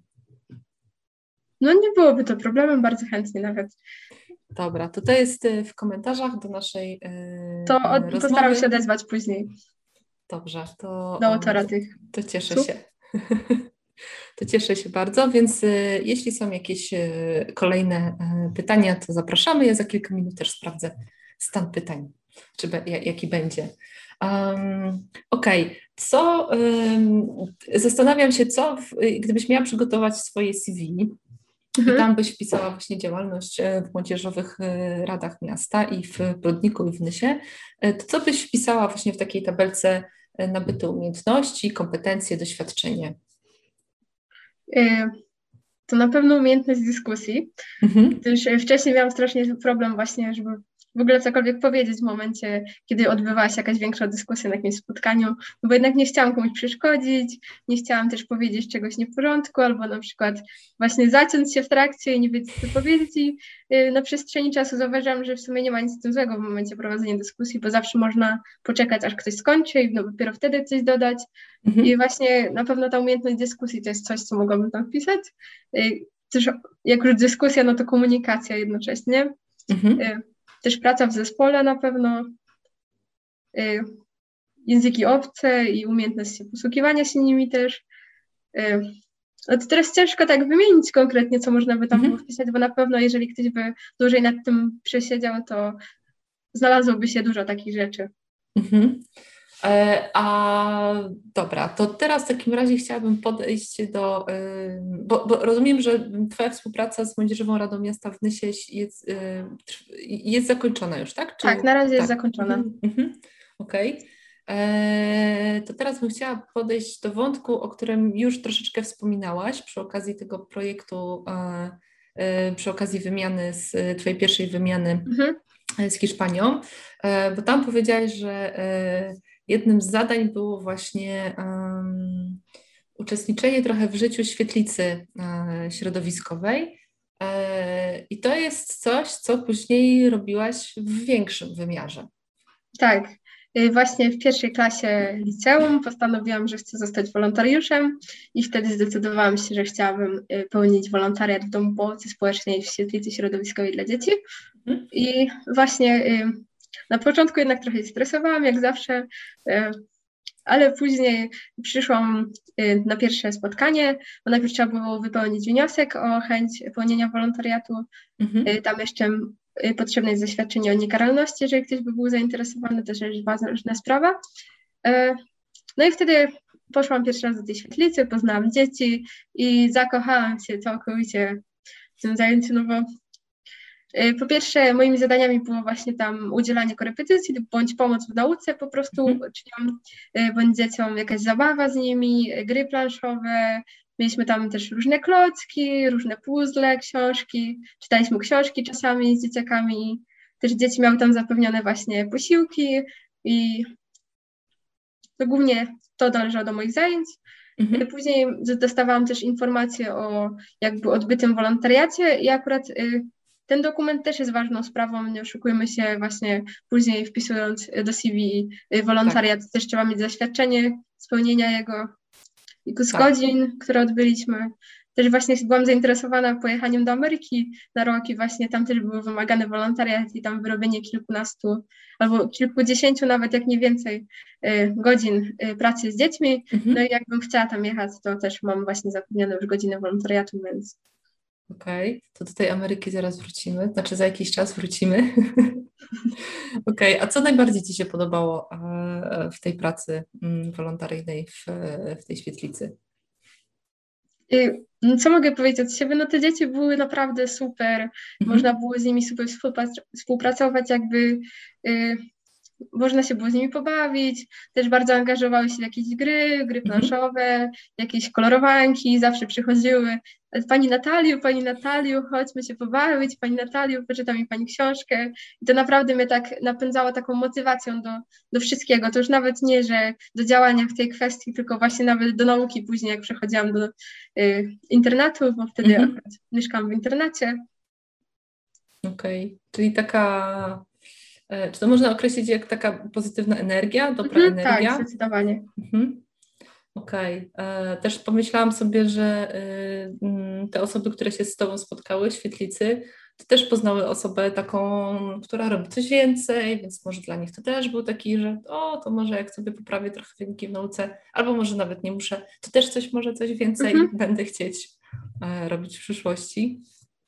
Speaker 2: No nie byłoby to problemem, bardzo chętnie nawet.
Speaker 1: Dobra, to to jest w komentarzach do naszej yy,
Speaker 2: To od,
Speaker 1: rozmowy.
Speaker 2: Postaram się odezwać później.
Speaker 1: Dobrze, to,
Speaker 2: do autora tych.
Speaker 1: To cieszę Słup? się. To cieszę się bardzo, więc y, jeśli są jakieś y, kolejne y, pytania, to zapraszamy. Ja za kilka minut też sprawdzę stan pytań, czy be, jaki będzie. Um, Okej, okay. co um, zastanawiam się, co w, gdybyś miała przygotować swoje C V, mhm. i tam byś wpisała właśnie działalność w młodzieżowych radach miasta i w Brodniku i w Nysie, to co byś wpisała właśnie w takiej tabelce nabyte umiejętności, kompetencje, doświadczenie?
Speaker 2: To na pewno umiejętność dyskusji, mhm. gdyż wcześniej miałam strasznie problem właśnie, żeby w ogóle cokolwiek powiedzieć w momencie, kiedy odbywała się jakaś większa dyskusja na jakimś spotkaniu, no bo jednak nie chciałam komuś przeszkodzić, nie chciałam też powiedzieć czegoś nie w porządku, albo na przykład właśnie zaciąć się w trakcie i nie wiedzieć, co powiedzieć i na przestrzeni czasu zauważyłam, że w sumie nie ma nic z tym złego w momencie prowadzenia dyskusji, bo zawsze można poczekać, aż ktoś skończy i no dopiero wtedy coś dodać. Mhm. I właśnie na pewno ta umiejętność dyskusji to jest coś, co mogłabym tam wpisać. Też jak już dyskusja, no to komunikacja jednocześnie. Mhm. Też praca w zespole na pewno, y, języki obce i umiejętność posługiwania się nimi też. Y, no to teraz ciężko tak wymienić konkretnie, co można by tam było wpisać, bo na pewno jeżeli ktoś by dłużej nad tym przesiedział, to znalazłoby się dużo takich rzeczy.
Speaker 1: Mhm. E, a dobra, to teraz w takim razie chciałabym podejść do, y, bo, bo rozumiem, że Twoja współpraca z Młodzieżową Radą Miasta w Nysie jest, y, jest zakończona już, tak?
Speaker 2: Czy... Tak, na razie tak. jest zakończona.
Speaker 1: Mhm, mhm. Okej. Okay. To teraz bym chciała podejść do wątku, o którym już troszeczkę wspominałaś przy okazji tego projektu, y, przy okazji wymiany, z Twojej pierwszej wymiany mhm. z Hiszpanią, bo tam powiedziałaś, że jednym z zadań było właśnie um, uczestniczenie trochę w życiu świetlicy e, środowiskowej e, i to jest coś, co później robiłaś w większym wymiarze.
Speaker 2: Tak, właśnie w pierwszej klasie liceum postanowiłam, że chcę zostać wolontariuszem i wtedy zdecydowałam się, że chciałabym pełnić wolontariat w Domu Pomocy Społecznej w świetlicy środowiskowej dla dzieci mhm. i właśnie na początku jednak trochę się stresowałam, jak zawsze, ale później przyszłam na pierwsze spotkanie, bo najpierw trzeba było wypełnić wniosek o chęć pełnienia wolontariatu. Mhm. Tam jeszcze potrzebne jest zaświadczenie o niekaralności, jeżeli ktoś by był zainteresowany, to też ważna sprawa. No i wtedy poszłam pierwszy raz do tej świetlicy, poznałam dzieci i zakochałam się całkowicie w tym zajęciu, no bo po pierwsze, moimi zadaniami było właśnie tam udzielanie korepetycji bądź pomoc w nauce po prostu uczniom, bądź dzieciom jakaś zabawa z nimi, gry planszowe, Mieliśmy tam też różne klocki, różne puzzle, książki, czytaliśmy książki czasami z dzieciakami, też dzieci miały tam zapewnione właśnie posiłki i to głównie to należało do moich zajęć.
Speaker 1: Mhm.
Speaker 2: Później dostawałam też informacje o jakby odbytym wolontariacie i akurat y, ten dokument też jest ważną sprawą, nie oszukujmy się, właśnie później wpisując do C V y, wolontariat, tak. Też trzeba mieć zaświadczenie spełnienia jego z
Speaker 1: Tak.
Speaker 2: godzin, które odbyliśmy. Też właśnie byłam zainteresowana pojechaniem do Ameryki na rok i właśnie tam też był wymagany wolontariat i tam wyrobienie kilkunastu albo kilkudziesięciu nawet, jak nie więcej, y, godzin y, pracy z dziećmi.
Speaker 1: Mhm.
Speaker 2: No i jakbym chciała tam jechać, to też mam właśnie zapewnione już godziny wolontariatu, więc...
Speaker 1: Okej, okay. To do tej Ameryki zaraz wrócimy, znaczy za jakiś czas wrócimy. Okej, okay. A co najbardziej Ci się podobało w tej pracy wolontaryjnej w, w tej świetlicy?
Speaker 2: Co mogę powiedzieć od siebie? No te dzieci były naprawdę super, mhm. Można było z nimi super współpracować, jakby y, można się było z nimi pobawić, też bardzo angażowały się w jakieś gry, gry planszowe, mhm. Jakieś kolorowanki, zawsze przychodziły. Pani Nataliu, Pani Nataliu, chodźmy się pobawić, Pani Nataliu, poczyta mi Pani książkę. I to naprawdę mnie tak napędzało taką motywacją do, do wszystkiego. To już nawet nie, że do działania w tej kwestii, tylko właśnie nawet do nauki później, jak przechodziłam do y, internatu, bo wtedy mhm. akurat mieszkałam w internacie.
Speaker 1: Okej, okay. Czyli taka... Czy to można określić jak taka pozytywna energia, dobra
Speaker 2: mhm,
Speaker 1: energia?
Speaker 2: Tak, zdecydowanie.
Speaker 1: Mhm. Okej. Okay. Też pomyślałam sobie, że te osoby, które się z Tobą spotkały w świetlicy, to też poznały osobę taką, która robi coś więcej, więc może dla nich to też był taki, że o, to może jak sobie poprawię trochę wyniki w nauce, albo może nawet nie muszę, to też coś, może coś więcej mhm. będę chcieć robić w przyszłości.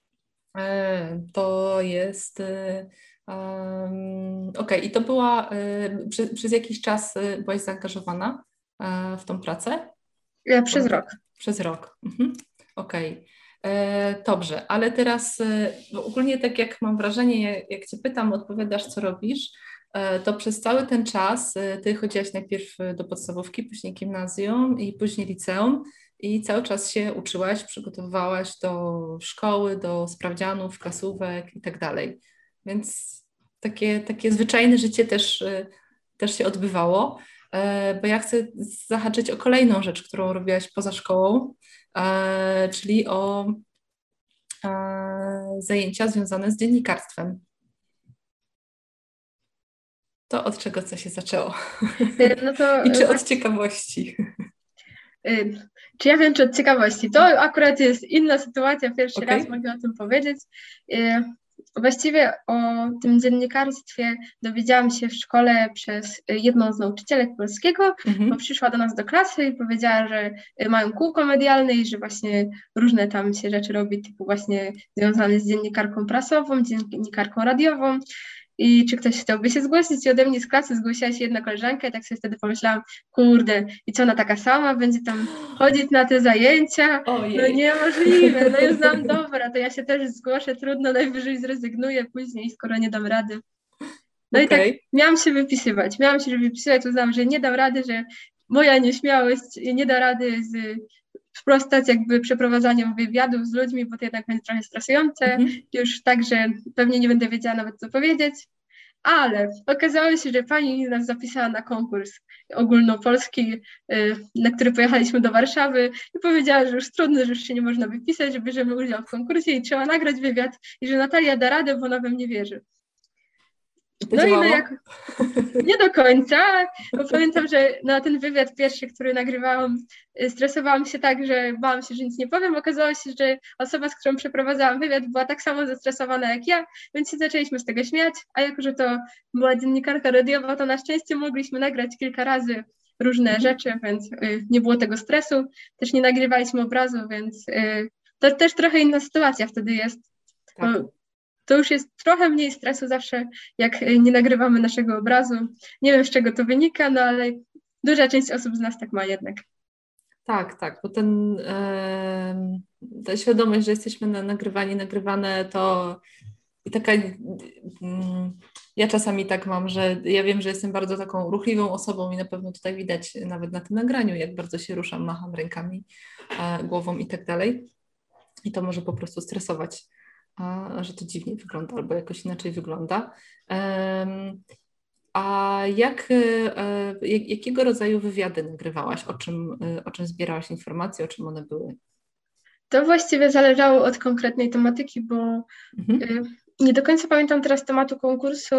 Speaker 1: To jest... Um, Okej, okay. I to była, y, przy, przez jakiś czas y, byłaś zaangażowana y, w tą pracę?
Speaker 2: Ja przez rok.
Speaker 1: Przez rok, mhm. Okej. Okay. Dobrze, ale teraz y, ogólnie tak jak mam wrażenie, jak Cię pytam, odpowiadasz co robisz, y, to przez cały ten czas y, Ty chodziłaś najpierw do podstawówki, później gimnazjum i później liceum i cały czas się uczyłaś, przygotowywałaś do szkoły, do sprawdzianów, klasówek i tak dalej. Więc takie, takie zwyczajne życie też, też się odbywało, bo ja chcę zahaczyć o kolejną rzecz, którą robiłaś poza szkołą, czyli o zajęcia związane z dziennikarstwem. To od czego co się zaczęło?
Speaker 2: No to...
Speaker 1: I czy od ciekawości?
Speaker 2: Czy ja wiem, czy od ciekawości? To akurat jest inna sytuacja, pierwszy
Speaker 1: okay.
Speaker 2: raz mogę o tym powiedzieć. Właściwie o tym dziennikarstwie dowiedziałam się w szkole przez jedną z nauczycielek polskiego, mm-hmm. bo przyszła do nas do klasy i powiedziała, że mają kółko medialne i że właśnie różne tam się rzeczy robi, typu właśnie związane z dziennikarką prasową, dziennikarką radiową. I czy ktoś chciałby się zgłosić? I ode mnie z klasy zgłosiła się jedna koleżanka i tak sobie wtedy pomyślałam, kurde, i co ona taka sama będzie tam chodzić na te zajęcia?
Speaker 1: Ojej.
Speaker 2: No niemożliwe, no już znam, dobra, to ja się też zgłoszę, trudno, najwyżej zrezygnuję później, skoro nie dam rady. No okay. I tak miałam się wypisywać, miałam się wypisywać, uznałam, że nie dam rady, że moja nieśmiałość nie da rady z sprostać jakby przeprowadzaniem wywiadów z ludźmi, bo to jednak będzie trochę stresujące, mm-hmm. już tak, że pewnie nie będę wiedziała nawet co powiedzieć, ale okazało się, że pani nas zapisała na konkurs ogólnopolski, na który pojechaliśmy do Warszawy i powiedziała, że już trudno, że już się nie można wypisać, że bierzemy udział w konkursie i trzeba nagrać wywiad i że Natalia da radę, bo ona we mnie wierzy. No i no jak, nie do końca, bo pamiętam, że na ten wywiad pierwszy, który nagrywałam, stresowałam się tak, że bałam się, że nic nie powiem. Okazało się, że osoba, z którą przeprowadzałam wywiad, była tak samo zestresowana jak ja, więc się zaczęliśmy z tego śmiać, a jako, że to była dziennikarka radiowa, to na szczęście mogliśmy nagrać kilka razy różne rzeczy, więc y, nie było tego stresu. Też nie nagrywaliśmy obrazu, więc y, to też trochę inna sytuacja wtedy jest.
Speaker 1: Tak.
Speaker 2: Bo, to już jest trochę mniej stresu zawsze, jak nie nagrywamy naszego obrazu. Nie wiem, z czego to wynika, no ale duża część osób z nas tak ma jednak.
Speaker 1: Tak, tak, bo ten, e, ta świadomość, że jesteśmy na nagrywani, nagrywane, to i taka, ja czasami tak mam, że ja wiem, że jestem bardzo taką ruchliwą osobą i na pewno tutaj widać nawet na tym nagraniu, jak bardzo się ruszam, macham rękami, głową i tak dalej. I to może po prostu stresować, że to dziwnie wygląda albo jakoś inaczej wygląda. A jak, jak, jakiego rodzaju wywiady nagrywałaś? O czym, o czym zbierałaś informacje? O czym one były?
Speaker 2: To właściwie zależało od konkretnej tematyki, bo mhm. nie do końca pamiętam teraz tematu konkursu.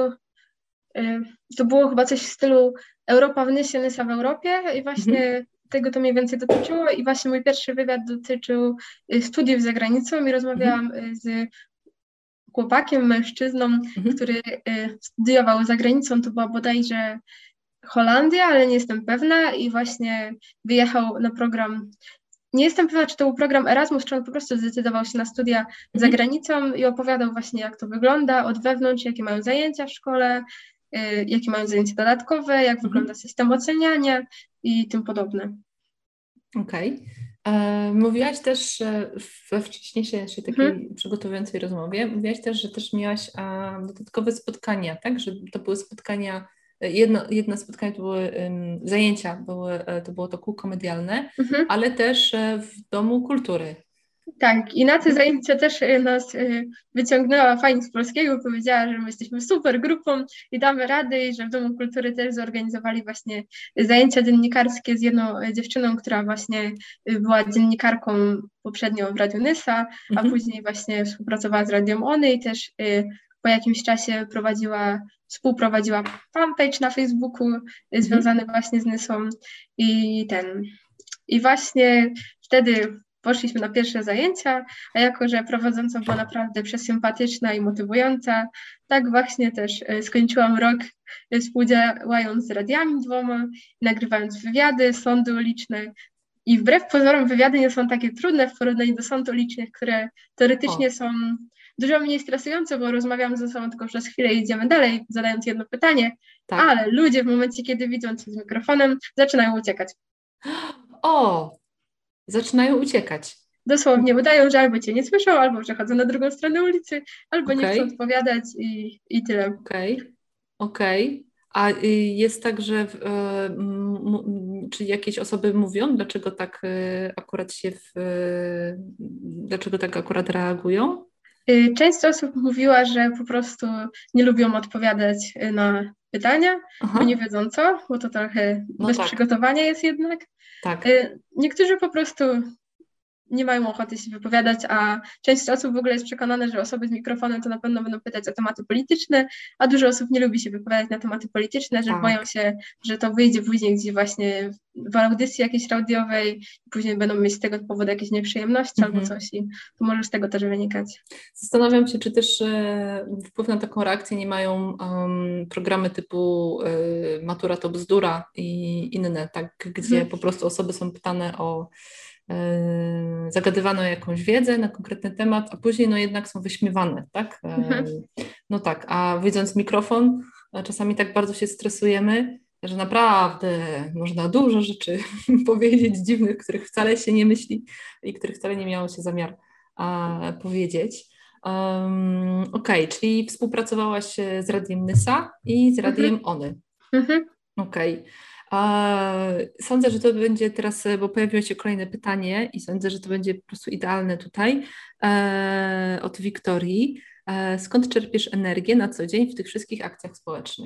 Speaker 2: To było chyba coś w stylu Europa w Nysie, Nysa w Europie i właśnie mhm. tego to mniej więcej dotyczyło i właśnie mój pierwszy wywiad dotyczył studiów za granicą i rozmawiałam mhm. z chłopakiem, mężczyzną, mhm. który studiował za granicą, to była bodajże Holandia, ale nie jestem pewna i właśnie wyjechał na program, nie jestem pewna, czy to był program Erasmus, czy on po prostu zdecydował się na studia mhm. za granicą i opowiadał właśnie, jak to wygląda od wewnątrz, jakie mają zajęcia w szkole, y, jakie mają zajęcia dodatkowe, jak mhm. wygląda system oceniania i tym podobne.
Speaker 1: Okej. Okay. Mówiłaś też we wcześniejszej naszej takiej hmm. przygotowującej rozmowie, mówiłaś też, że też miałaś a, dodatkowe spotkania, tak? Że to były spotkania, jedno, jedno spotkanie to były um, zajęcia, były, to było to kółko medialne, hmm. ale też w Domu Kultury.
Speaker 2: Tak, i na te zajęcia też nas wyciągnęła pani z polskiego, powiedziała, że my jesteśmy super grupą i damy radę i że w Domu Kultury też zorganizowali właśnie zajęcia dziennikarskie z jedną dziewczyną, która właśnie była dziennikarką poprzednio w Radiu Nysa, a mhm. później właśnie współpracowała z Radiem Ony i też po jakimś czasie prowadziła, współprowadziła fanpage na Facebooku mhm. związany właśnie z Nysą i ten, i właśnie wtedy poszliśmy na pierwsze zajęcia, a jako, że prowadząca była naprawdę przesympatyczna i motywująca, tak właśnie też skończyłam rok współdziałając z radiami dwoma, nagrywając wywiady, sądy uliczne i wbrew pozorom wywiady nie są takie trudne w porównaniu do sądów ulicznych, które teoretycznie o. są dużo mniej stresujące, bo rozmawiamy ze sobą tylko przez chwilę i idziemy dalej, zadając jedno pytanie, tak. ale ludzie w momencie, kiedy widzą cię z mikrofonem, zaczynają uciekać.
Speaker 1: O! Zaczynają uciekać.
Speaker 2: Dosłownie, udają, że albo cię nie słyszą, albo przechodzą na drugą stronę ulicy, albo okay. nie chcą odpowiadać i, i tyle.
Speaker 1: Okej, okay. okej. Okay. A y, jest tak, że y, m, czy jakieś osoby mówią, dlaczego tak y, akurat się, w, y, dlaczego tak akurat reagują?
Speaker 2: Część osób mówiła, że po prostu nie lubią odpowiadać na pytania, Aha. bo nie wiedzą co, bo to trochę no bez tak. przygotowania jest jednak.
Speaker 1: Tak.
Speaker 2: Niektórzy po prostu nie mają ochoty się wypowiadać, a część osób w ogóle jest przekonana, że osoby z mikrofonem to na pewno będą pytać o tematy polityczne, a dużo osób nie lubi się wypowiadać na tematy polityczne, że tak. boją się, że to wyjdzie później gdzieś właśnie w audycji jakiejś radiowej i później będą mieć z tego powodu jakieś nieprzyjemności mm-hmm. albo coś i to może z tego też wynikać.
Speaker 1: Zastanawiam się, czy też e, wpływ na taką reakcję nie mają um, programy typu e, Matura to bzdura i inne, tak, gdzie mm. po prostu osoby są pytane o zagadywano jakąś wiedzę na konkretny temat, a później no jednak są wyśmiewane, tak? Mhm. No tak, a widząc mikrofon, czasami tak bardzo się stresujemy, że naprawdę można dużo rzeczy powiedzieć dziwnych, których wcale się nie myśli i których wcale nie miało się zamiar a, powiedzieć. Um, Okej, okay, czyli współpracowałaś z Radiem Nysa i z Radiem mhm. Ony. Mhm. Okej. Okay. Sądzę, że to będzie teraz, bo pojawiło się kolejne pytanie i sądzę, że to będzie po prostu idealne tutaj e, od Wiktorii. E, skąd czerpiesz energię na co dzień w tych wszystkich akcjach społecznych?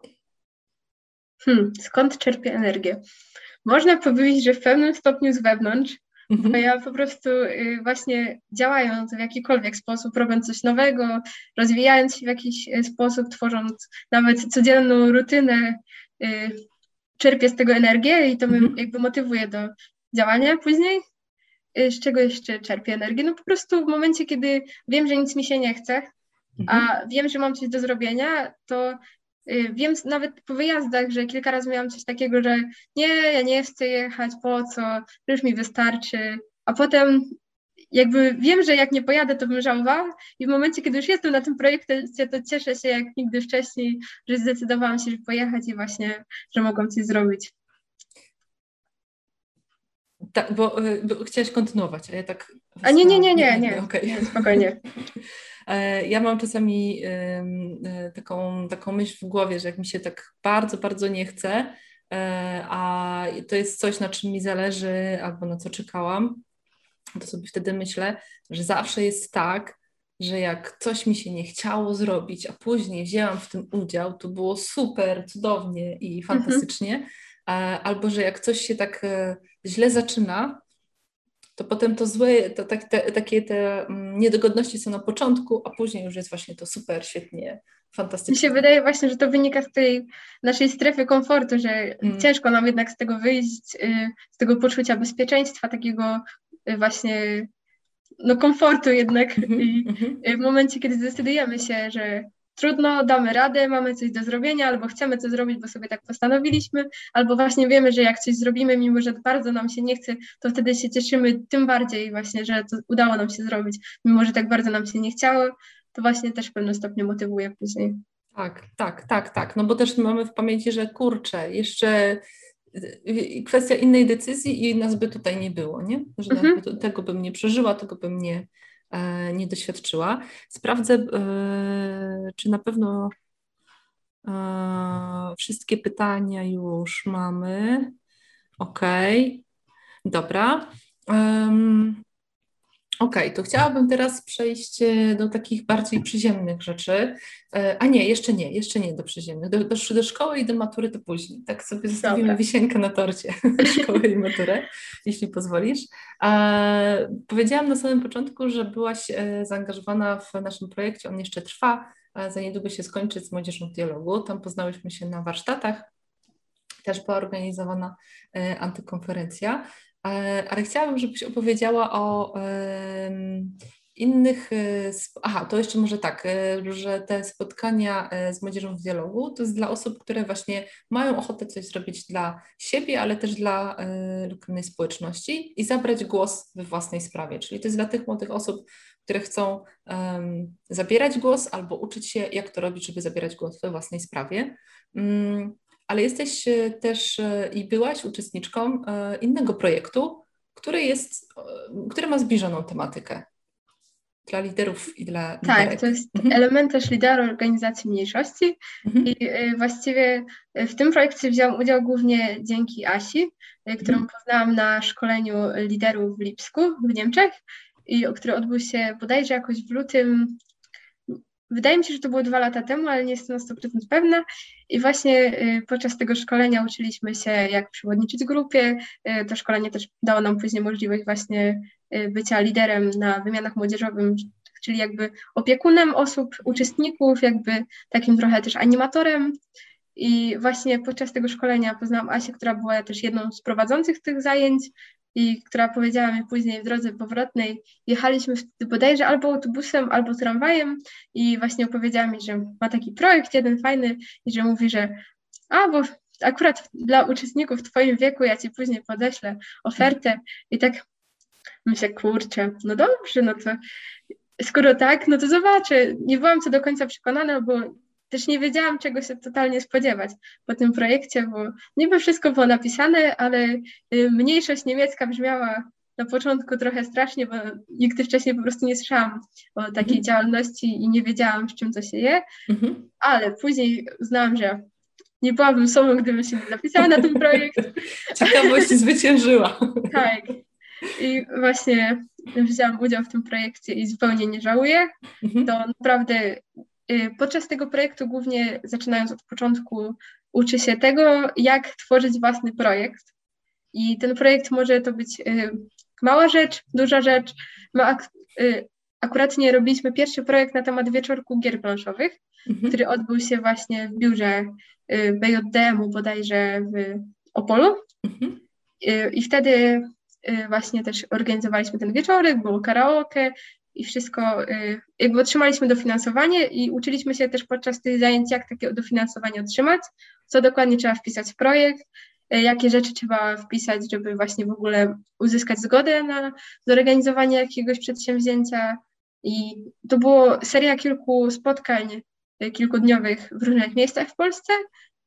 Speaker 2: Hmm, skąd czerpię energię? Można powiedzieć, że w pewnym stopniu z wewnątrz, mhm. bo ja po prostu y, właśnie działając w jakikolwiek sposób, robiąc coś nowego, rozwijając się w jakiś sposób, tworząc nawet codzienną rutynę, y, czerpię z tego energię i to mnie mhm. jakby motywuje do działania później. Z czego jeszcze czerpię energię? No po prostu w momencie, kiedy wiem, że nic mi się nie chce, mhm. a wiem, że mam coś do zrobienia, to wiem nawet po wyjazdach, że kilka razy miałam coś takiego, że nie, ja nie chcę jechać, po co, już mi wystarczy, a potem jakby wiem, że jak nie pojadę, to bym żałowała i w momencie, kiedy już jestem na tym projekcie, to cieszę się jak nigdy wcześniej, że zdecydowałam się pojechać i właśnie, że mogłam coś zrobić.
Speaker 1: Tak, bo, bo chciałaś kontynuować, a ja tak...
Speaker 2: A nie, nie, nie, nie, nie,
Speaker 1: nie, okay.
Speaker 2: nie spokojnie.
Speaker 1: Ja mam czasami y, taką, taką myśl w głowie, że jak mi się tak bardzo, bardzo nie chce, y, a to jest coś, na czym mi zależy albo na co czekałam, to sobie wtedy myślę, że zawsze jest tak, że jak coś mi się nie chciało zrobić, a później wzięłam w tym udział, to było super, cudownie i
Speaker 2: Mhm.
Speaker 1: fantastycznie, albo że jak coś się tak źle zaczyna, to potem to złe, to tak, te, takie te niedogodności są na początku, a później już jest właśnie to super, świetnie,
Speaker 2: Mi się
Speaker 1: fantastycznie.
Speaker 2: wydaje właśnie, że to wynika z tej naszej strefy komfortu, że
Speaker 1: Mm.
Speaker 2: ciężko nam jednak z tego wyjść, y, z tego poczucia bezpieczeństwa, takiego y, właśnie no komfortu jednak.
Speaker 1: Mhm,
Speaker 2: I
Speaker 1: mhm.
Speaker 2: y, w momencie, kiedy zdecydujemy się, że trudno, damy radę, mamy coś do zrobienia, albo chcemy to zrobić, bo sobie tak postanowiliśmy, albo właśnie wiemy, że jak coś zrobimy, mimo że bardzo nam się nie chce, to wtedy się cieszymy tym bardziej właśnie, że to udało nam się zrobić, mimo że tak bardzo nam się nie chciało, to właśnie też w pewnym stopniu motywuje później.
Speaker 1: Tak, tak, tak, tak. No bo też mamy w pamięci, że kurczę, jeszcze y, kwestia innej decyzji i nas by tutaj nie było, nie? Że nas by,
Speaker 2: Mhm.
Speaker 1: tego bym nie przeżyła, tego bym nie, e, nie doświadczyła. Sprawdzę, e, czy na pewno e, wszystkie pytania już mamy. Okej, dobra. Um, Okej, to chciałabym teraz przejść e, do takich bardziej przyziemnych rzeczy. E, A nie, jeszcze nie, jeszcze nie do przyziemnych. Do, do, do szkoły i do matury to później. Tak sobie zostawimy
Speaker 2: Dobra.
Speaker 1: wisienkę na torcie, szkołę i maturę, jeśli pozwolisz. E, Powiedziałam na samym początku, że byłaś e, zaangażowana w naszym projekcie, on jeszcze trwa, a za niedługo się skończy z Młodzieżą w Dialogu. Tam poznałyśmy się na warsztatach, też była organizowana e, antykonferencja. E, ale chciałabym, żebyś opowiedziała o em, innych. e, sp- Aha, to jeszcze może tak, e, że te spotkania e, z Młodzieżą w Dialogu to jest dla osób, które właśnie mają ochotę coś zrobić dla siebie, ale też dla e, lokalnej społeczności i zabrać głos we własnej sprawie. Czyli to jest dla tych młodych osób, które chcą em, zabierać głos albo uczyć się, jak to robić, żeby zabierać głos we własnej sprawie. Mm, ale jesteś e, też e, i byłaś uczestniczką e, innego projektu, który jest, e, który ma zbliżoną tematykę dla liderów i dla
Speaker 2: Tak, to
Speaker 1: liderek.
Speaker 2: jest
Speaker 1: Mhm,
Speaker 2: element też lidera organizacji mniejszości
Speaker 1: mhm,
Speaker 2: i y, właściwie y, w tym projekcie wziąłam udział głównie dzięki Asi, y, którą
Speaker 1: mhm,
Speaker 2: poznałam na szkoleniu liderów w Lipsku w Niemczech i który odbył się bodajże jakoś w lutym. Wydaje mi się, że to było dwa lata temu, ale nie jestem na sto procent pewna. I właśnie y, podczas tego szkolenia uczyliśmy się, jak przewodniczyć grupie. Y, To szkolenie też dało nam później możliwość właśnie y, bycia liderem na wymianach młodzieżowych, czyli jakby opiekunem osób, uczestników, jakby takim trochę też animatorem. I właśnie podczas tego szkolenia poznałam Asię, która była też jedną z prowadzących tych zajęć i która powiedziała mi później w drodze powrotnej, jechaliśmy wtedy bodajże albo autobusem, albo tramwajem i właśnie opowiedziała mi, że ma taki projekt jeden fajny i że mówi, że a, bo akurat dla uczestników w twoim wieku ja ci później podeślę ofertę i tak myślę, kurczę, no dobrze, no to skoro tak, no to zobaczę. Nie byłam co do końca przekonana, bo też nie wiedziałam, czego się totalnie spodziewać po tym projekcie, bo niby wszystko było napisane, ale y, mniejszość niemiecka brzmiała na początku trochę strasznie, bo nigdy wcześniej po prostu nie słyszałam o takiej
Speaker 1: mhm,
Speaker 2: działalności i nie wiedziałam, z czym to się je,
Speaker 1: mhm.
Speaker 2: ale później uznałam, że nie byłabym sobą, gdybym się nie zapisała na ten projekt.
Speaker 1: Ciekawość zwyciężyła.
Speaker 2: Tak. I właśnie wzięłam udział w tym projekcie i zupełnie nie żałuję. To
Speaker 1: Mhm,
Speaker 2: naprawdę y, podczas tego projektu, głównie zaczynając od początku, uczy się tego, jak tworzyć własny projekt. I ten projekt może to być y, mała rzecz, duża rzecz. My ak y, akurat nie robiliśmy pierwszy projekt na temat wieczorku gier planszowych,
Speaker 1: mhm,
Speaker 2: który odbył się właśnie w biurze y, B J D M-u bodajże w Opolu.
Speaker 1: mhm,
Speaker 2: Y, I wtedy y, właśnie też organizowaliśmy ten wieczorek, było karaoke i wszystko, y, jakby otrzymaliśmy dofinansowanie i uczyliśmy się też podczas tych zajęć, jak takie dofinansowanie otrzymać, co dokładnie trzeba wpisać w projekt, y, jakie rzeczy trzeba wpisać, żeby właśnie w ogóle uzyskać zgodę na zorganizowanie jakiegoś przedsięwzięcia. I to było seria kilku spotkań y, kilkudniowych w różnych miejscach w Polsce.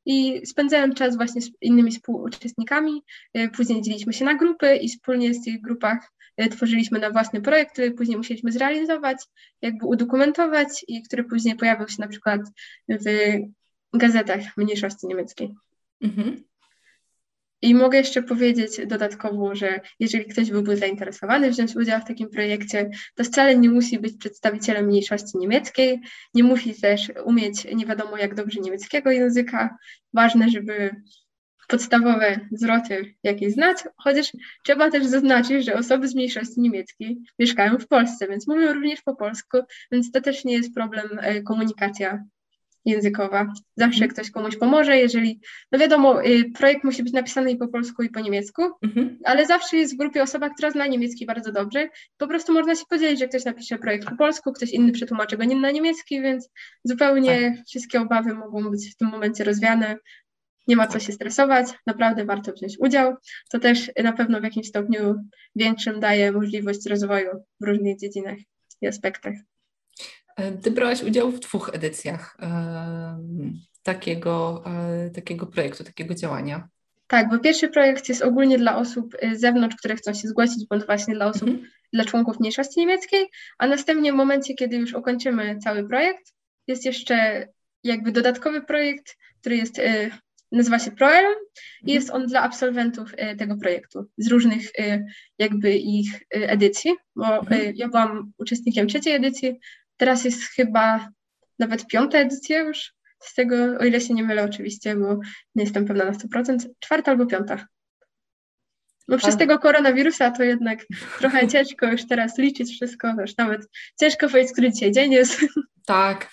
Speaker 2: i spędzałem czas właśnie z innymi współuczestnikami. Później dzieliliśmy się na grupy i wspólnie w tych grupach tworzyliśmy na własny projekt, który później musieliśmy zrealizować, jakby udokumentować i który później pojawił się na przykład w gazetach mniejszości niemieckiej. Mhm. I mogę jeszcze powiedzieć dodatkowo, że jeżeli ktoś byłby zainteresowany wziąć udział w takim projekcie, to wcale nie musi być przedstawicielem mniejszości niemieckiej, nie musi też umieć nie wiadomo jak dobrze niemieckiego języka. Ważne, żeby podstawowe zwroty jakieś znać, chociaż trzeba też zaznaczyć, że osoby z mniejszości niemieckiej mieszkają w Polsce, więc mówią również po polsku, więc to też nie jest problem komunikacja językowa. Zawsze mm. ktoś komuś pomoże, jeżeli, no wiadomo, projekt musi być napisany i po polsku, i po niemiecku, mm-hmm. ale zawsze jest w grupie osoba, która zna niemiecki bardzo dobrze. Po prostu można się podzielić, że ktoś napisze projekt po polsku, ktoś inny przetłumaczy go nie na niemiecki, więc zupełnie tak. Wszystkie obawy mogą być w tym momencie rozwiane. Nie ma co się stresować, naprawdę warto wziąć udział. To też na pewno w jakimś stopniu większym daje możliwość rozwoju w różnych dziedzinach i aspektach.
Speaker 1: Ty brałaś udział w dwóch edycjach e, takiego, e, takiego projektu, takiego działania.
Speaker 2: Tak, bo pierwszy projekt jest ogólnie dla osób z zewnątrz, które chcą się zgłosić, bądź właśnie dla osób, mhm. dla członków mniejszości niemieckiej, a następnie w momencie, kiedy już ukończymy cały projekt, jest jeszcze jakby dodatkowy projekt, który jest, e, nazywa się ProEL mhm. i jest on dla absolwentów e, tego projektu z różnych e, jakby ich e, edycji, bo mhm. e, ja byłam uczestnikiem trzeciej edycji. Teraz jest chyba nawet piąta edycja już z tego, o ile się nie mylę oczywiście, bo nie jestem pewna na sto procent, czwarta albo piąta. No przez tego koronawirusa to jednak trochę ciężko już teraz liczyć wszystko, już nawet ciężko powiedzieć, który dzisiaj dzień jest.
Speaker 1: Tak.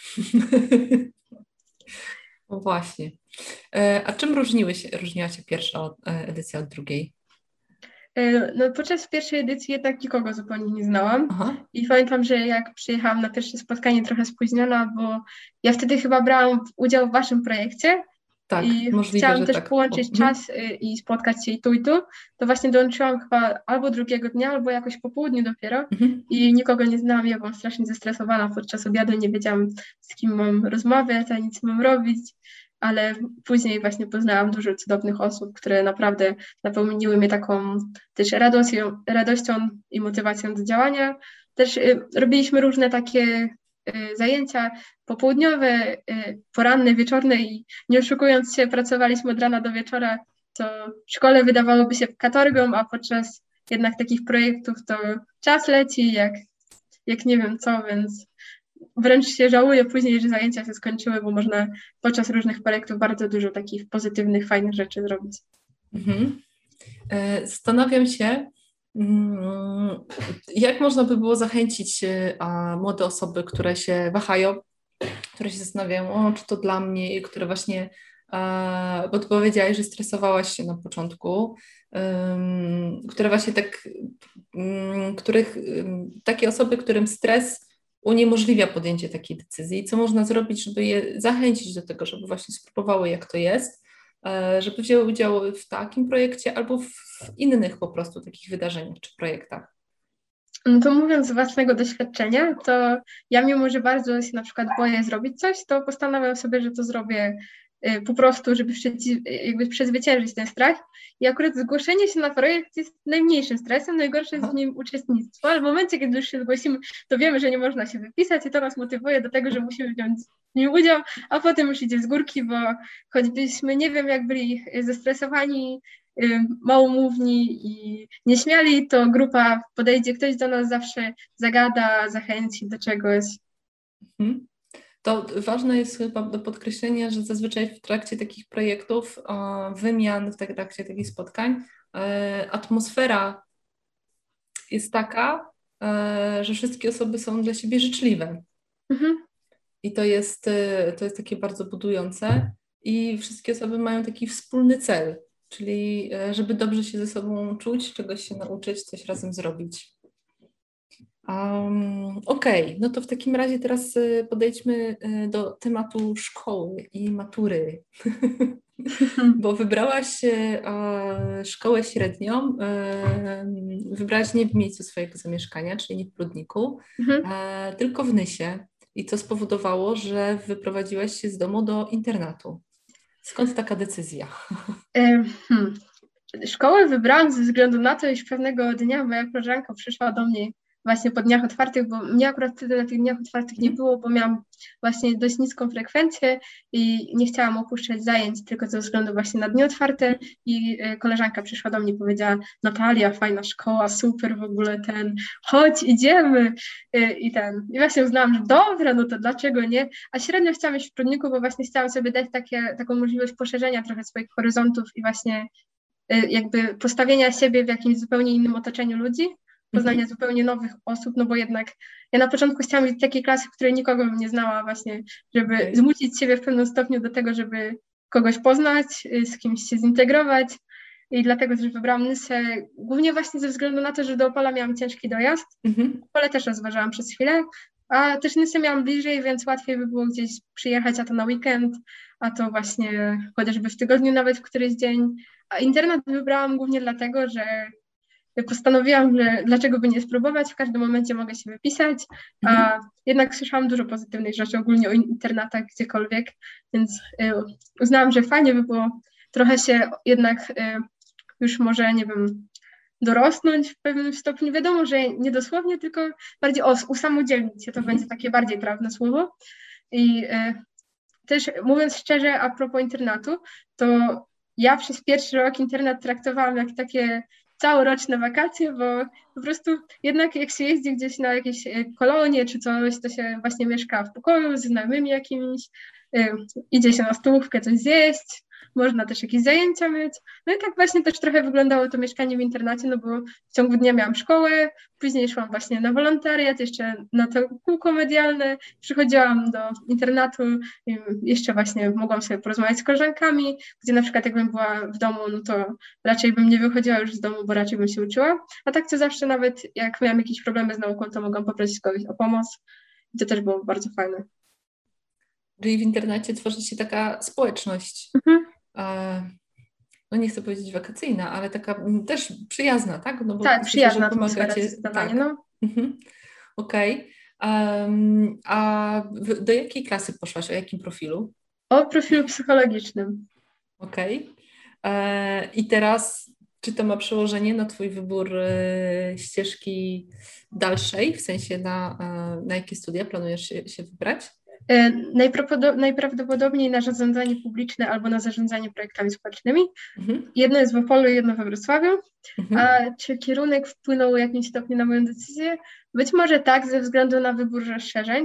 Speaker 1: No właśnie. A czym różniły się, różniła się pierwsza edycja od drugiej?
Speaker 2: No, podczas pierwszej edycji jednak nikogo zupełnie nie znałam. Aha. I pamiętam, że jak przyjechałam na pierwsze spotkanie trochę spóźniona, bo ja wtedy chyba brałam udział w waszym projekcie.
Speaker 1: Tak,
Speaker 2: i
Speaker 1: możliwe,
Speaker 2: chciałam
Speaker 1: że
Speaker 2: też
Speaker 1: tak.
Speaker 2: połączyć o, czas y, i spotkać się i tu i tu, to właśnie dołączyłam chyba albo drugiego dnia, albo jakoś po południu dopiero mhm. i nikogo nie znałam, ja byłam strasznie zestresowana podczas obiadu, nie wiedziałam z kim mam rozmawiać, ani co mam robić, ale później właśnie poznałam dużo cudownych osób, które naprawdę napełniły mnie taką też radością, radością i motywacją do działania. Też y, robiliśmy różne takie y, zajęcia popołudniowe, y, poranne, wieczorne i nie oszukując się, pracowaliśmy od rana do wieczora, co w szkole wydawałoby się katorgą, a podczas jednak takich projektów to czas leci, jak, jak nie wiem co, więc wręcz się żałuję później, że zajęcia się skończyły, bo można podczas różnych projektów bardzo dużo takich pozytywnych, fajnych rzeczy zrobić.
Speaker 1: Mhm. Zastanawiam się, jak można by było zachęcić młode osoby, które się wahają, które się zastanawiają, o, czy to dla mnie, i które właśnie, bo ty powiedziałaś, że stresowałaś się na początku, które właśnie tak, których, takie osoby, którym stres uniemożliwia podjęcie takiej decyzji. Co można zrobić, żeby je zachęcić do tego, żeby właśnie spróbowały, jak to jest, żeby wzięły udział w takim projekcie albo w innych po prostu takich wydarzeniach czy projektach?
Speaker 2: No to mówiąc z własnego doświadczenia, to ja mimo, że bardzo się na przykład boję zrobić coś, to postanawiam sobie, że to zrobię po prostu, żeby jakby przezwyciężyć ten strach. I akurat zgłoszenie się na projekt jest najmniejszym stresem, najgorsze jest w nim uczestnictwo, ale w momencie, kiedy już się zgłosimy, to wiemy, że nie można się wypisać i to nas motywuje do tego, że musimy wziąć w nim udział, a potem już idzie z górki, bo choćbyśmy nie wiem, jak byli zestresowani, małomówni i nieśmiali, to grupa podejdzie, ktoś do nas zawsze zagada, zachęci do czegoś.
Speaker 1: Mhm. To ważne jest chyba do podkreślenia, że zazwyczaj w trakcie takich projektów, wymian, w trakcie takich spotkań, atmosfera jest taka, że wszystkie osoby są dla siebie życzliwe. Mhm. I to jest, to jest takie bardzo budujące i wszystkie osoby mają taki wspólny cel, czyli żeby dobrze się ze sobą czuć, czegoś się nauczyć, coś razem zrobić. Um, Okej, okay. No to w takim razie teraz podejdźmy do tematu szkoły i matury, bo wybrałaś e, szkołę średnią, e, wybrałaś nie w miejscu swojego zamieszkania, czyli nie w Prudniku, mhm. e, tylko w Nysie, i to spowodowało, że wyprowadziłaś się z domu do internatu. Skąd taka decyzja?
Speaker 2: E, hmm. Szkołę wybrałam ze względu na to, iż pewnego dnia moja koleżanka przyszła do mnie właśnie po dniach otwartych, bo mnie akurat wtedy na tych dniach otwartych nie było, bo miałam właśnie dość niską frekwencję i nie chciałam opuszczać zajęć tylko ze względu właśnie na dni otwarte i koleżanka przyszła do mnie i powiedziała: Natalia, fajna szkoła, super w ogóle ten, chodź, idziemy i ten. I właśnie uznałam, że dobra, no to dlaczego nie? A średnio chciałam iść w Prudniku, bo właśnie chciałam sobie dać takie, taką możliwość poszerzenia trochę swoich horyzontów i właśnie jakby postawienia siebie w jakimś zupełnie innym otoczeniu ludzi, poznania mm-hmm. zupełnie nowych osób, no bo jednak ja na początku chciałam mieć takiej klasy, w której nikogo bym nie znała właśnie, żeby okay. zmusić siebie w pewnym stopniu do tego, żeby kogoś poznać, z kimś się zintegrować i dlatego też wybrałam Nysę, głównie właśnie ze względu na to, że do Opola miałam ciężki dojazd, mm-hmm. Opole też rozważałam przez chwilę, a też Nysę miałam bliżej, więc łatwiej by było gdzieś przyjechać, a to na weekend, a to właśnie chociażby w tygodniu nawet w któryś dzień. A internat wybrałam głównie dlatego, że postanowiłam, że dlaczego by nie spróbować, w każdym momencie mogę się wypisać, a mhm. jednak słyszałam dużo pozytywnych rzeczy ogólnie o internatach gdziekolwiek, więc y, uznałam, że fajnie by było trochę się jednak y, już może, nie wiem, dorosnąć w pewnym stopniu. Wiadomo, że nie dosłownie, tylko bardziej os- usamodzielnić się, to mhm. będzie takie bardziej trawne słowo. I y, też mówiąc szczerze a propos internatu, to ja przez pierwszy rok internat traktowałam jak takie całoroczne wakacje, bo po prostu jednak jak się jeździ gdzieś na jakieś kolonie czy coś, to się właśnie mieszka w pokoju z znajomymi jakimiś, y, idzie się na stołówkę coś zjeść, można też jakieś zajęcia mieć. No i tak właśnie też trochę wyglądało to mieszkanie w internacie, no bo w ciągu dnia miałam szkołę, później szłam właśnie na wolontariat, jeszcze na to kółko medialne, przychodziłam do internatu, i jeszcze właśnie mogłam sobie porozmawiać z koleżankami, gdzie na przykład jakbym była w domu, no to raczej bym nie wychodziła już z domu, bo raczej bym się uczyła, a tak to zawsze nawet jak miałam jakieś problemy z nauką, to mogłam poprosić kogoś o pomoc i to też było bardzo fajne.
Speaker 1: Czyli w internacie tworzy się taka społeczność,
Speaker 2: mhm.
Speaker 1: e, no nie chcę powiedzieć wakacyjna, ale taka też przyjazna, tak? No bo
Speaker 2: tak, przyjazna
Speaker 1: pomagacie.
Speaker 2: Zdecydowanie, tak. no.
Speaker 1: Mhm. Okej. Okay. Um, a w, do jakiej klasy poszłaś? O jakim profilu?
Speaker 2: O profilu psychologicznym.
Speaker 1: Okej. Okay. I teraz czy to ma przełożenie na twój wybór y, ścieżki dalszej, w sensie na, y, na jakie studia planujesz się, się wybrać?
Speaker 2: Najprawdopodobniej na zarządzanie publiczne albo na zarządzanie projektami społecznymi.
Speaker 1: Mhm.
Speaker 2: Jedno jest w Opolu, jedno we Wrocławiu.
Speaker 1: Mhm.
Speaker 2: A czy kierunek wpłynął w jakimś stopniu na moją decyzję? Być może tak, ze względu na wybór rozszerzeń.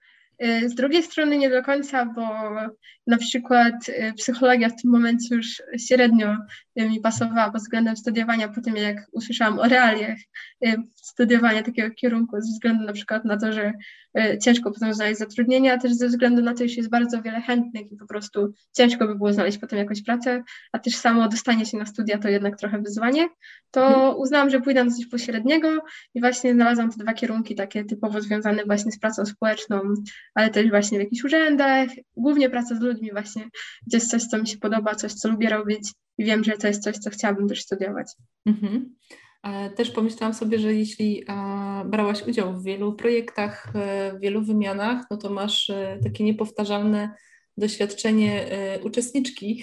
Speaker 2: Z drugiej strony nie do końca, bo na przykład psychologia w tym momencie już średnio mi pasowała pod względem studiowania po tym, jak usłyszałam o realiach studiowania takiego kierunku, ze względu na przykład na to, że ciężko potem znaleźć zatrudnienie, a też ze względu na to, że jest bardzo wiele chętnych i po prostu ciężko by było znaleźć potem jakąś pracę, a też samo dostanie się na studia to jednak trochę wyzwanie, to hmm. uznałam, że pójdę na coś pośredniego i właśnie znalazłam te dwa kierunki takie typowo związane właśnie z pracą społeczną, ale też właśnie w jakichś urzędach, głównie praca z ludźmi właśnie, gdzie jest coś, co mi się podoba, coś, co lubię robić i wiem, że to jest coś, co chciałabym też studiować.
Speaker 1: Mhm. Też pomyślałam sobie, że jeśli brałaś udział w wielu projektach, w wielu wymianach, no to masz takie niepowtarzalne doświadczenie uczestniczki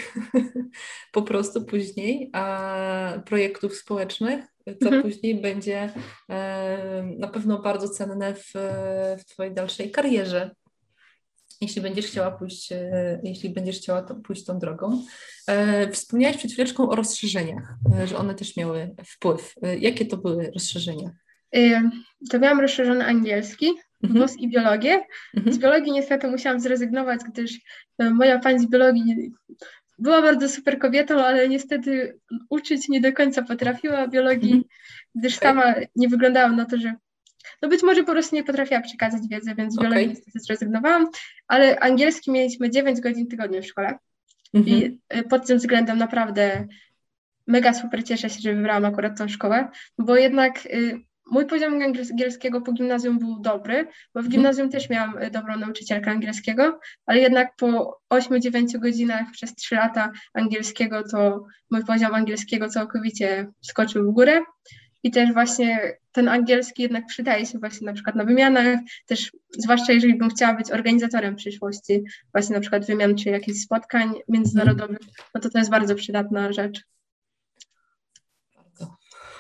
Speaker 1: po prostu później projektów społecznych, co mhm. później będzie na pewno bardzo cenne w, w twojej dalszej karierze. Jeśli będziesz chciała pójść, jeśli będziesz chciała to, pójść tą drogą. E, wspomniałaś przed chwileczką o rozszerzeniach, że one też miały wpływ. E, jakie to były rozszerzenia?
Speaker 2: E, to miałam rozszerzony angielski,
Speaker 1: mhm.
Speaker 2: W O S i biologię. Mhm. Z biologii niestety musiałam zrezygnować, gdyż moja pani z biologii była bardzo super kobietą, ale niestety uczyć nie do końca potrafiła biologii, mhm. gdyż okay. sama nie wyglądała na to, że no być może po prostu nie potrafiła przekazać wiedzy, więc z biologii okay. niestety zrezygnowałam, ale angielski mieliśmy dziewięć godzin tygodnia w szkole mm-hmm. i pod tym względem naprawdę mega super cieszę się, że wybrałam akurat tą szkołę, bo jednak y, mój poziom angielskiego po gimnazjum był dobry, bo w gimnazjum mm-hmm. też miałam dobrą nauczycielkę angielskiego, ale jednak po ośmiu dziewięciu godzinach przez trzy lata angielskiego to mój poziom angielskiego całkowicie skoczył w górę. i też właśnie ten angielski jednak przydaje się właśnie na przykład na wymianach, też zwłaszcza jeżeli bym chciała być organizatorem w przyszłości, właśnie na przykład wymian czy jakichś spotkań międzynarodowych, no to to jest bardzo przydatna rzecz.
Speaker 1: Bardzo.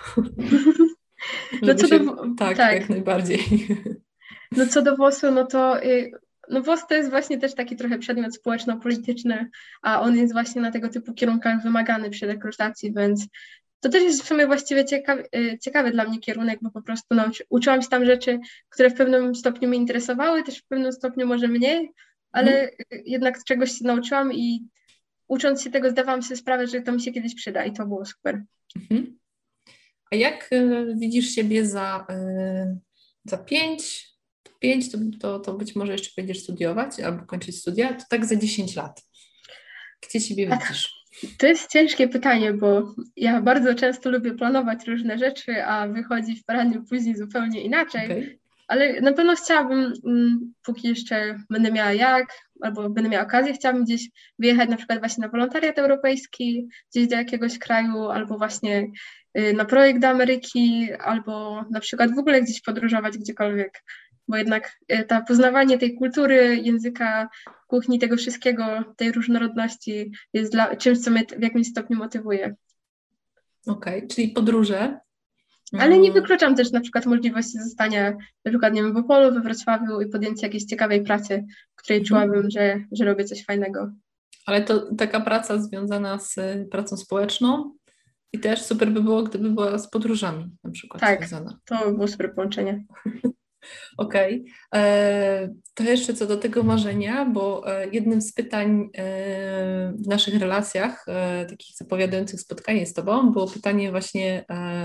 Speaker 2: No co
Speaker 1: się...
Speaker 2: do...
Speaker 1: tak,
Speaker 2: tak,
Speaker 1: jak najbardziej.
Speaker 2: No co do WOS-u, no to y, no WOS to jest właśnie też taki trochę przedmiot społeczno-polityczny, a on jest właśnie na tego typu kierunkach wymagany przy rekrutacji, więc to też jest w sumie właściwie ciekawy, y, ciekawy dla mnie kierunek, bo po prostu nauczy, uczyłam się tam rzeczy, które w pewnym stopniu mnie interesowały, też w pewnym stopniu może mniej, ale
Speaker 1: Mhm.
Speaker 2: jednak czegoś się nauczyłam i ucząc się tego zdawałam sobie sprawę, że to mi się kiedyś przyda i to było super.
Speaker 1: Mhm. A jak y, widzisz siebie za, y, za pięć, pięć to, to, to być może jeszcze będziesz studiować albo kończyć studia, to tak za dziesięć lat. Gdzie siebie widzisz?
Speaker 2: To jest ciężkie pytanie, bo ja bardzo często lubię planować różne rzeczy, a wychodzi w praniu później zupełnie inaczej.
Speaker 1: Okay.
Speaker 2: Ale na pewno chciałabym, póki jeszcze będę miała jak, albo będę miała okazję, chciałabym gdzieś wyjechać na przykład właśnie na wolontariat europejski, gdzieś do jakiegoś kraju, albo właśnie na projekt do Ameryki, albo na przykład w ogóle gdzieś podróżować gdziekolwiek, bo jednak to poznawanie tej kultury, języka, kuchni, tego wszystkiego, tej różnorodności jest dla, czymś, co mnie w jakimś stopniu motywuje.
Speaker 1: Okej, okay, czyli podróże.
Speaker 2: Ale nie wykluczam też na przykład możliwości zostania na przykład, nie wiem, w Opolu, we Wrocławiu i podjęcia jakiejś ciekawej pracy, w której mhm. czułabym, że, że robię coś fajnego.
Speaker 1: Ale to taka praca związana z pracą społeczną i też super by było, gdyby była z podróżami na przykład
Speaker 2: tak,
Speaker 1: związana.
Speaker 2: To by było super połączenie.
Speaker 1: Okej. Okay. To jeszcze co do tego marzenia, bo jednym z pytań w naszych relacjach, takich zapowiadających spotkanie z Tobą, było pytanie właśnie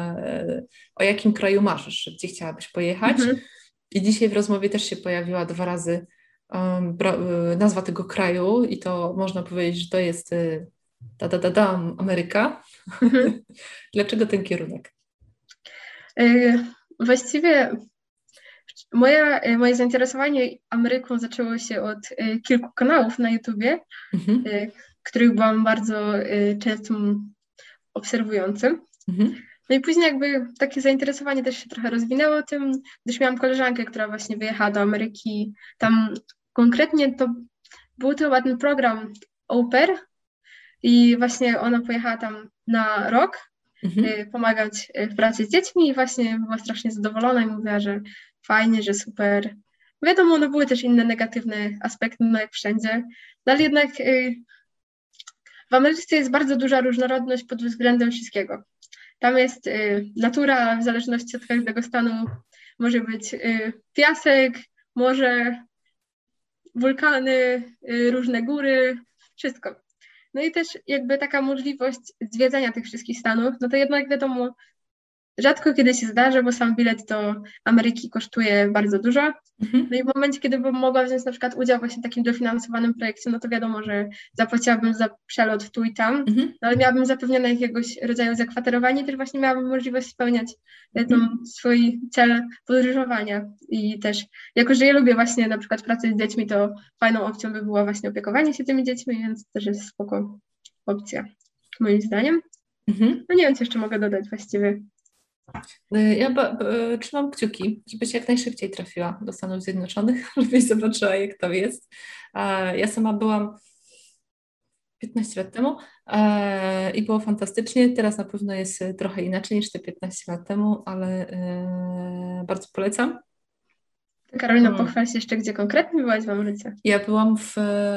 Speaker 1: o jakim kraju marzysz, gdzie chciałabyś pojechać. Mhm. I dzisiaj w rozmowie też się pojawiła dwa razy um, nazwa tego kraju i to można powiedzieć, że to jest da, da, da, da, Ameryka. Mhm. Dlaczego ten kierunek?
Speaker 2: Yy, właściwie Moja, moje zainteresowanie Ameryką zaczęło się od y, kilku kanałów na YouTubie, mhm. y, których byłam bardzo y, częstym obserwującym. Mhm. No i później jakby takie zainteresowanie też się trochę rozwinęło tym, gdyż miałam koleżankę, która właśnie wyjechała do Ameryki. Tam konkretnie to był to ładny program au pair i właśnie ona pojechała tam na rok mhm. pomagać w pracy z dziećmi i właśnie była strasznie zadowolona i mówiła, że fajnie, że super. Wiadomo, no były też inne negatywne aspekty, no jak wszędzie, no ale jednak y, w Ameryce jest bardzo duża różnorodność pod względem wszystkiego. Tam jest y, natura, w zależności od każdego stanu może być y, piasek, morze, wulkany, y, różne góry, wszystko. No i też jakby taka możliwość zwiedzania tych wszystkich stanów, no to jednak wiadomo, rzadko kiedy się zdarzy, bo sam bilet do Ameryki kosztuje bardzo dużo. Mhm. No i w momencie, kiedy bym mogła wziąć na przykład udział właśnie w takim dofinansowanym projekcie, no to wiadomo, że zapłaciłabym za przelot tu i tam, mhm. no ale miałabym zapewnione jakiegoś rodzaju zakwaterowanie i też właśnie miałabym możliwość spełniać mhm. ten swój cel podróżowania. I też, jako że ja lubię właśnie na przykład pracę z dziećmi, to fajną opcją by było właśnie opiekowanie się tymi dziećmi, więc też jest spoko opcja, moim zdaniem. Mhm. No nie wiem, co jeszcze mogę dodać właściwie.
Speaker 1: Ja ba, ba, trzymam kciuki, żebyś jak najszybciej trafiła do Stanów Zjednoczonych, żebyś zobaczyła, jak to jest. Ja sama byłam piętnaście lat temu i było fantastycznie. Teraz na pewno jest trochę inaczej niż te piętnaście lat temu, ale bardzo polecam.
Speaker 2: Karolina, pochwal się jeszcze, gdzie konkretnie byłaś w Ameryce?
Speaker 1: Ja byłam w,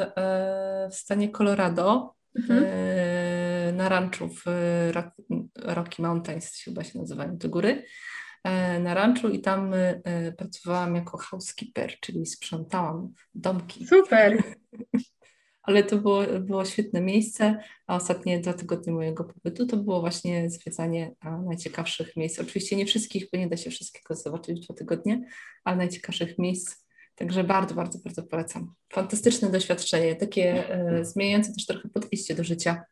Speaker 1: w stanie Colorado. Mhm. Na ranczu w Rocky Mountains, chyba się nazywają te góry, na ranczu i tam pracowałam jako housekeeper, czyli sprzątałam domki.
Speaker 2: Super!
Speaker 1: Ale to było, było świetne miejsce, a ostatnie dwa tygodnie mojego pobytu to było właśnie zwiedzanie najciekawszych miejsc. Oczywiście nie wszystkich, bo nie da się wszystkiego zobaczyć w dwa tygodnie, ale najciekawszych miejsc. Także bardzo, bardzo, bardzo polecam. Fantastyczne doświadczenie, takie e, zmieniające też trochę podejście do życia.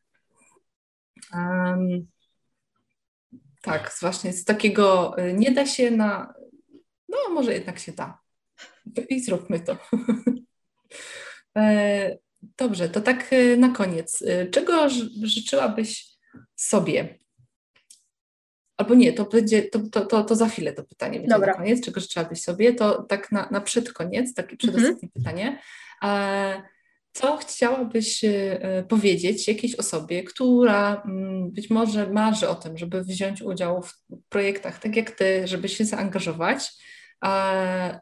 Speaker 1: Um, tak, właśnie z takiego e, nie da się na, no może jednak się da. I zróbmy to. e, dobrze, to tak e, na koniec. E, czego ż- życzyłabyś sobie albo nie, to będzie, to, to, to, to za chwilę to pytanie będzie
Speaker 2: Dobra.
Speaker 1: na koniec, czego życzyłabyś sobie, to tak na, na przedkoniec, takie przedostatnie mhm. pytanie. E, co chciałabyś e, powiedzieć jakiejś osobie, która m, być może marzy o tym, żeby wziąć udział w projektach tak jak ty, żeby się zaangażować e,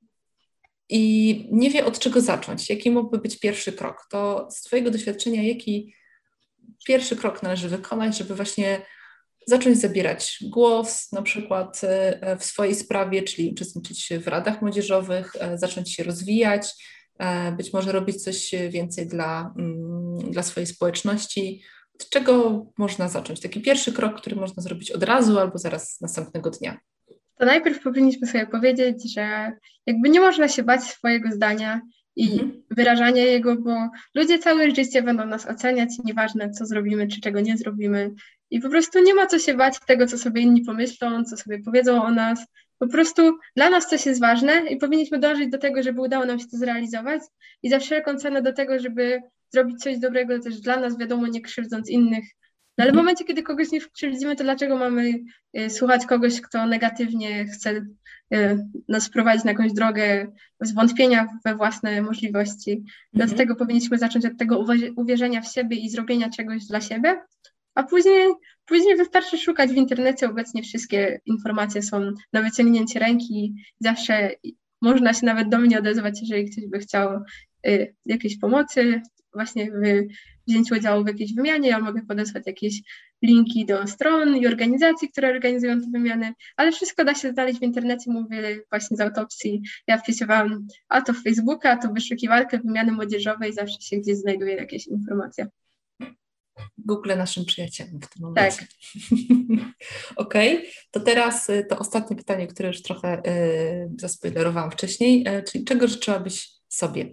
Speaker 1: i nie wie od czego zacząć, jaki mógłby być pierwszy krok, to z twojego doświadczenia jaki pierwszy krok należy wykonać, żeby właśnie zacząć zabierać głos na przykład w swojej sprawie, czyli uczestniczyć w radach młodzieżowych, zacząć się rozwijać, być może robić coś więcej dla, dla swojej społeczności. Od czego można zacząć? Taki pierwszy krok, który można zrobić od razu albo zaraz następnego dnia.
Speaker 2: To najpierw powinniśmy sobie powiedzieć, że jakby nie można się bać swojego zdania i mhm. wyrażania jego, bo ludzie całe życie będą nas oceniać, nieważne co zrobimy, czy czego nie zrobimy. I po prostu nie ma co się bać tego, co sobie inni pomyślą, co sobie powiedzą o nas. Po prostu dla nas coś jest ważne i powinniśmy dążyć do tego, żeby udało nam się to zrealizować i za wszelką cenę do tego, żeby zrobić coś dobrego też dla nas, wiadomo, nie krzywdząc innych. No ale w momencie, kiedy kogoś nie krzywdzimy, to dlaczego mamy y, słuchać kogoś, kto negatywnie chce y, nas prowadzić na jakąś drogę zwątpienia we własne możliwości. Mm-hmm. Dlatego powinniśmy zacząć od tego uwa- uwierzenia w siebie i zrobienia czegoś dla siebie, a później, później wystarczy szukać w internecie. Obecnie wszystkie informacje są na wyciągnięcie ręki. Zawsze można się nawet do mnie odezwać, jeżeli ktoś by chciał y, jakiejś pomocy, właśnie w wzięciu udziału w jakiejś wymianie. Ja mogę podesłać jakieś linki do stron i organizacji, które organizują te wymiany, ale wszystko da się znaleźć w internecie, mówię właśnie z autopsji. Ja wpisywałam a to w Facebooka, a to w wyszukiwarkę wymiany młodzieżowej, zawsze się gdzieś znajduje jakieś informacje.
Speaker 1: Google naszym przyjacielem w tym momencie. Tak. Okej, okay. To teraz to ostatnie pytanie, które już trochę y, zaspoilerowałam wcześniej, y, czyli czego życzyłabyś sobie?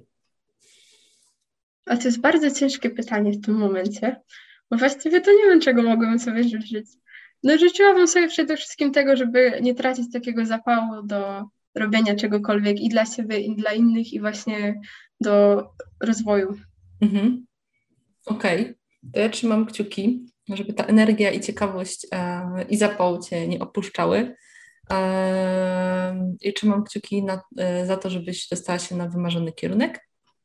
Speaker 2: A to jest bardzo ciężkie pytanie w tym momencie, bo właściwie to nie wiem, czego mogłabym sobie życzyć. No życzyłabym sobie przede wszystkim tego, żeby nie tracić takiego zapału do robienia czegokolwiek i dla siebie, i dla innych, i właśnie do rozwoju. Mhm.
Speaker 1: Okej, okay. To ja trzymam kciuki, żeby ta energia i ciekawość e, i zapał Cię nie opuszczały. E, I trzymam kciuki na, e, za to, żebyś dostała się na wymarzony kierunek.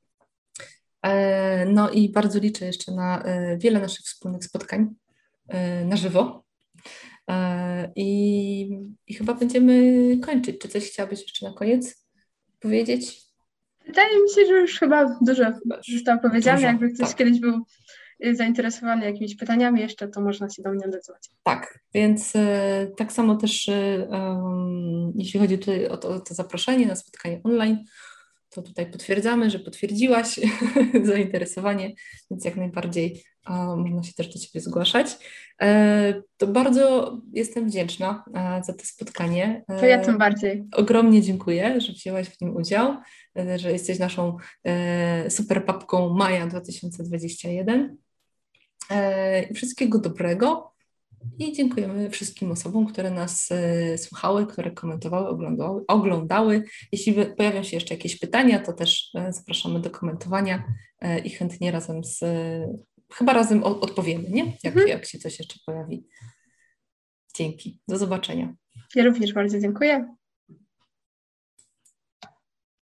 Speaker 1: No i bardzo liczę jeszcze na wiele naszych wspólnych spotkań na żywo. I, i chyba będziemy kończyć. Czy coś chciałabyś jeszcze na koniec powiedzieć?
Speaker 2: Wydaje mi się, że już chyba dużo zostało powiedziane.
Speaker 1: Dużo,
Speaker 2: Jakby ktoś
Speaker 1: tak.
Speaker 2: kiedyś był zainteresowany jakimiś pytaniami jeszcze, to można się do mnie odezwać.
Speaker 1: Tak, więc tak samo też um, jeśli chodzi tutaj o to, o to zaproszenie na spotkanie online, to tutaj potwierdzamy, że potwierdziłaś zainteresowanie, więc jak najbardziej a, można się też do Ciebie zgłaszać. E, to bardzo jestem wdzięczna a, za to spotkanie. E,
Speaker 2: to ja tym bardziej.
Speaker 1: Ogromnie dziękuję, że wzięłaś w nim udział, e, że jesteś naszą e, super papką Maja dwa tysiące dwudziestego pierwszego. E, I wszystkiego dobrego. I dziękujemy wszystkim osobom, które nas e, słuchały, które komentowały, oglądały, oglądały. Jeśli pojawią się jeszcze jakieś pytania, to też e, zapraszamy do komentowania e, i chętnie razem z, e, chyba razem o, odpowiemy, nie? Jak, mhm. jak się coś jeszcze pojawi. Dzięki. Do zobaczenia.
Speaker 2: Ja również bardzo dziękuję.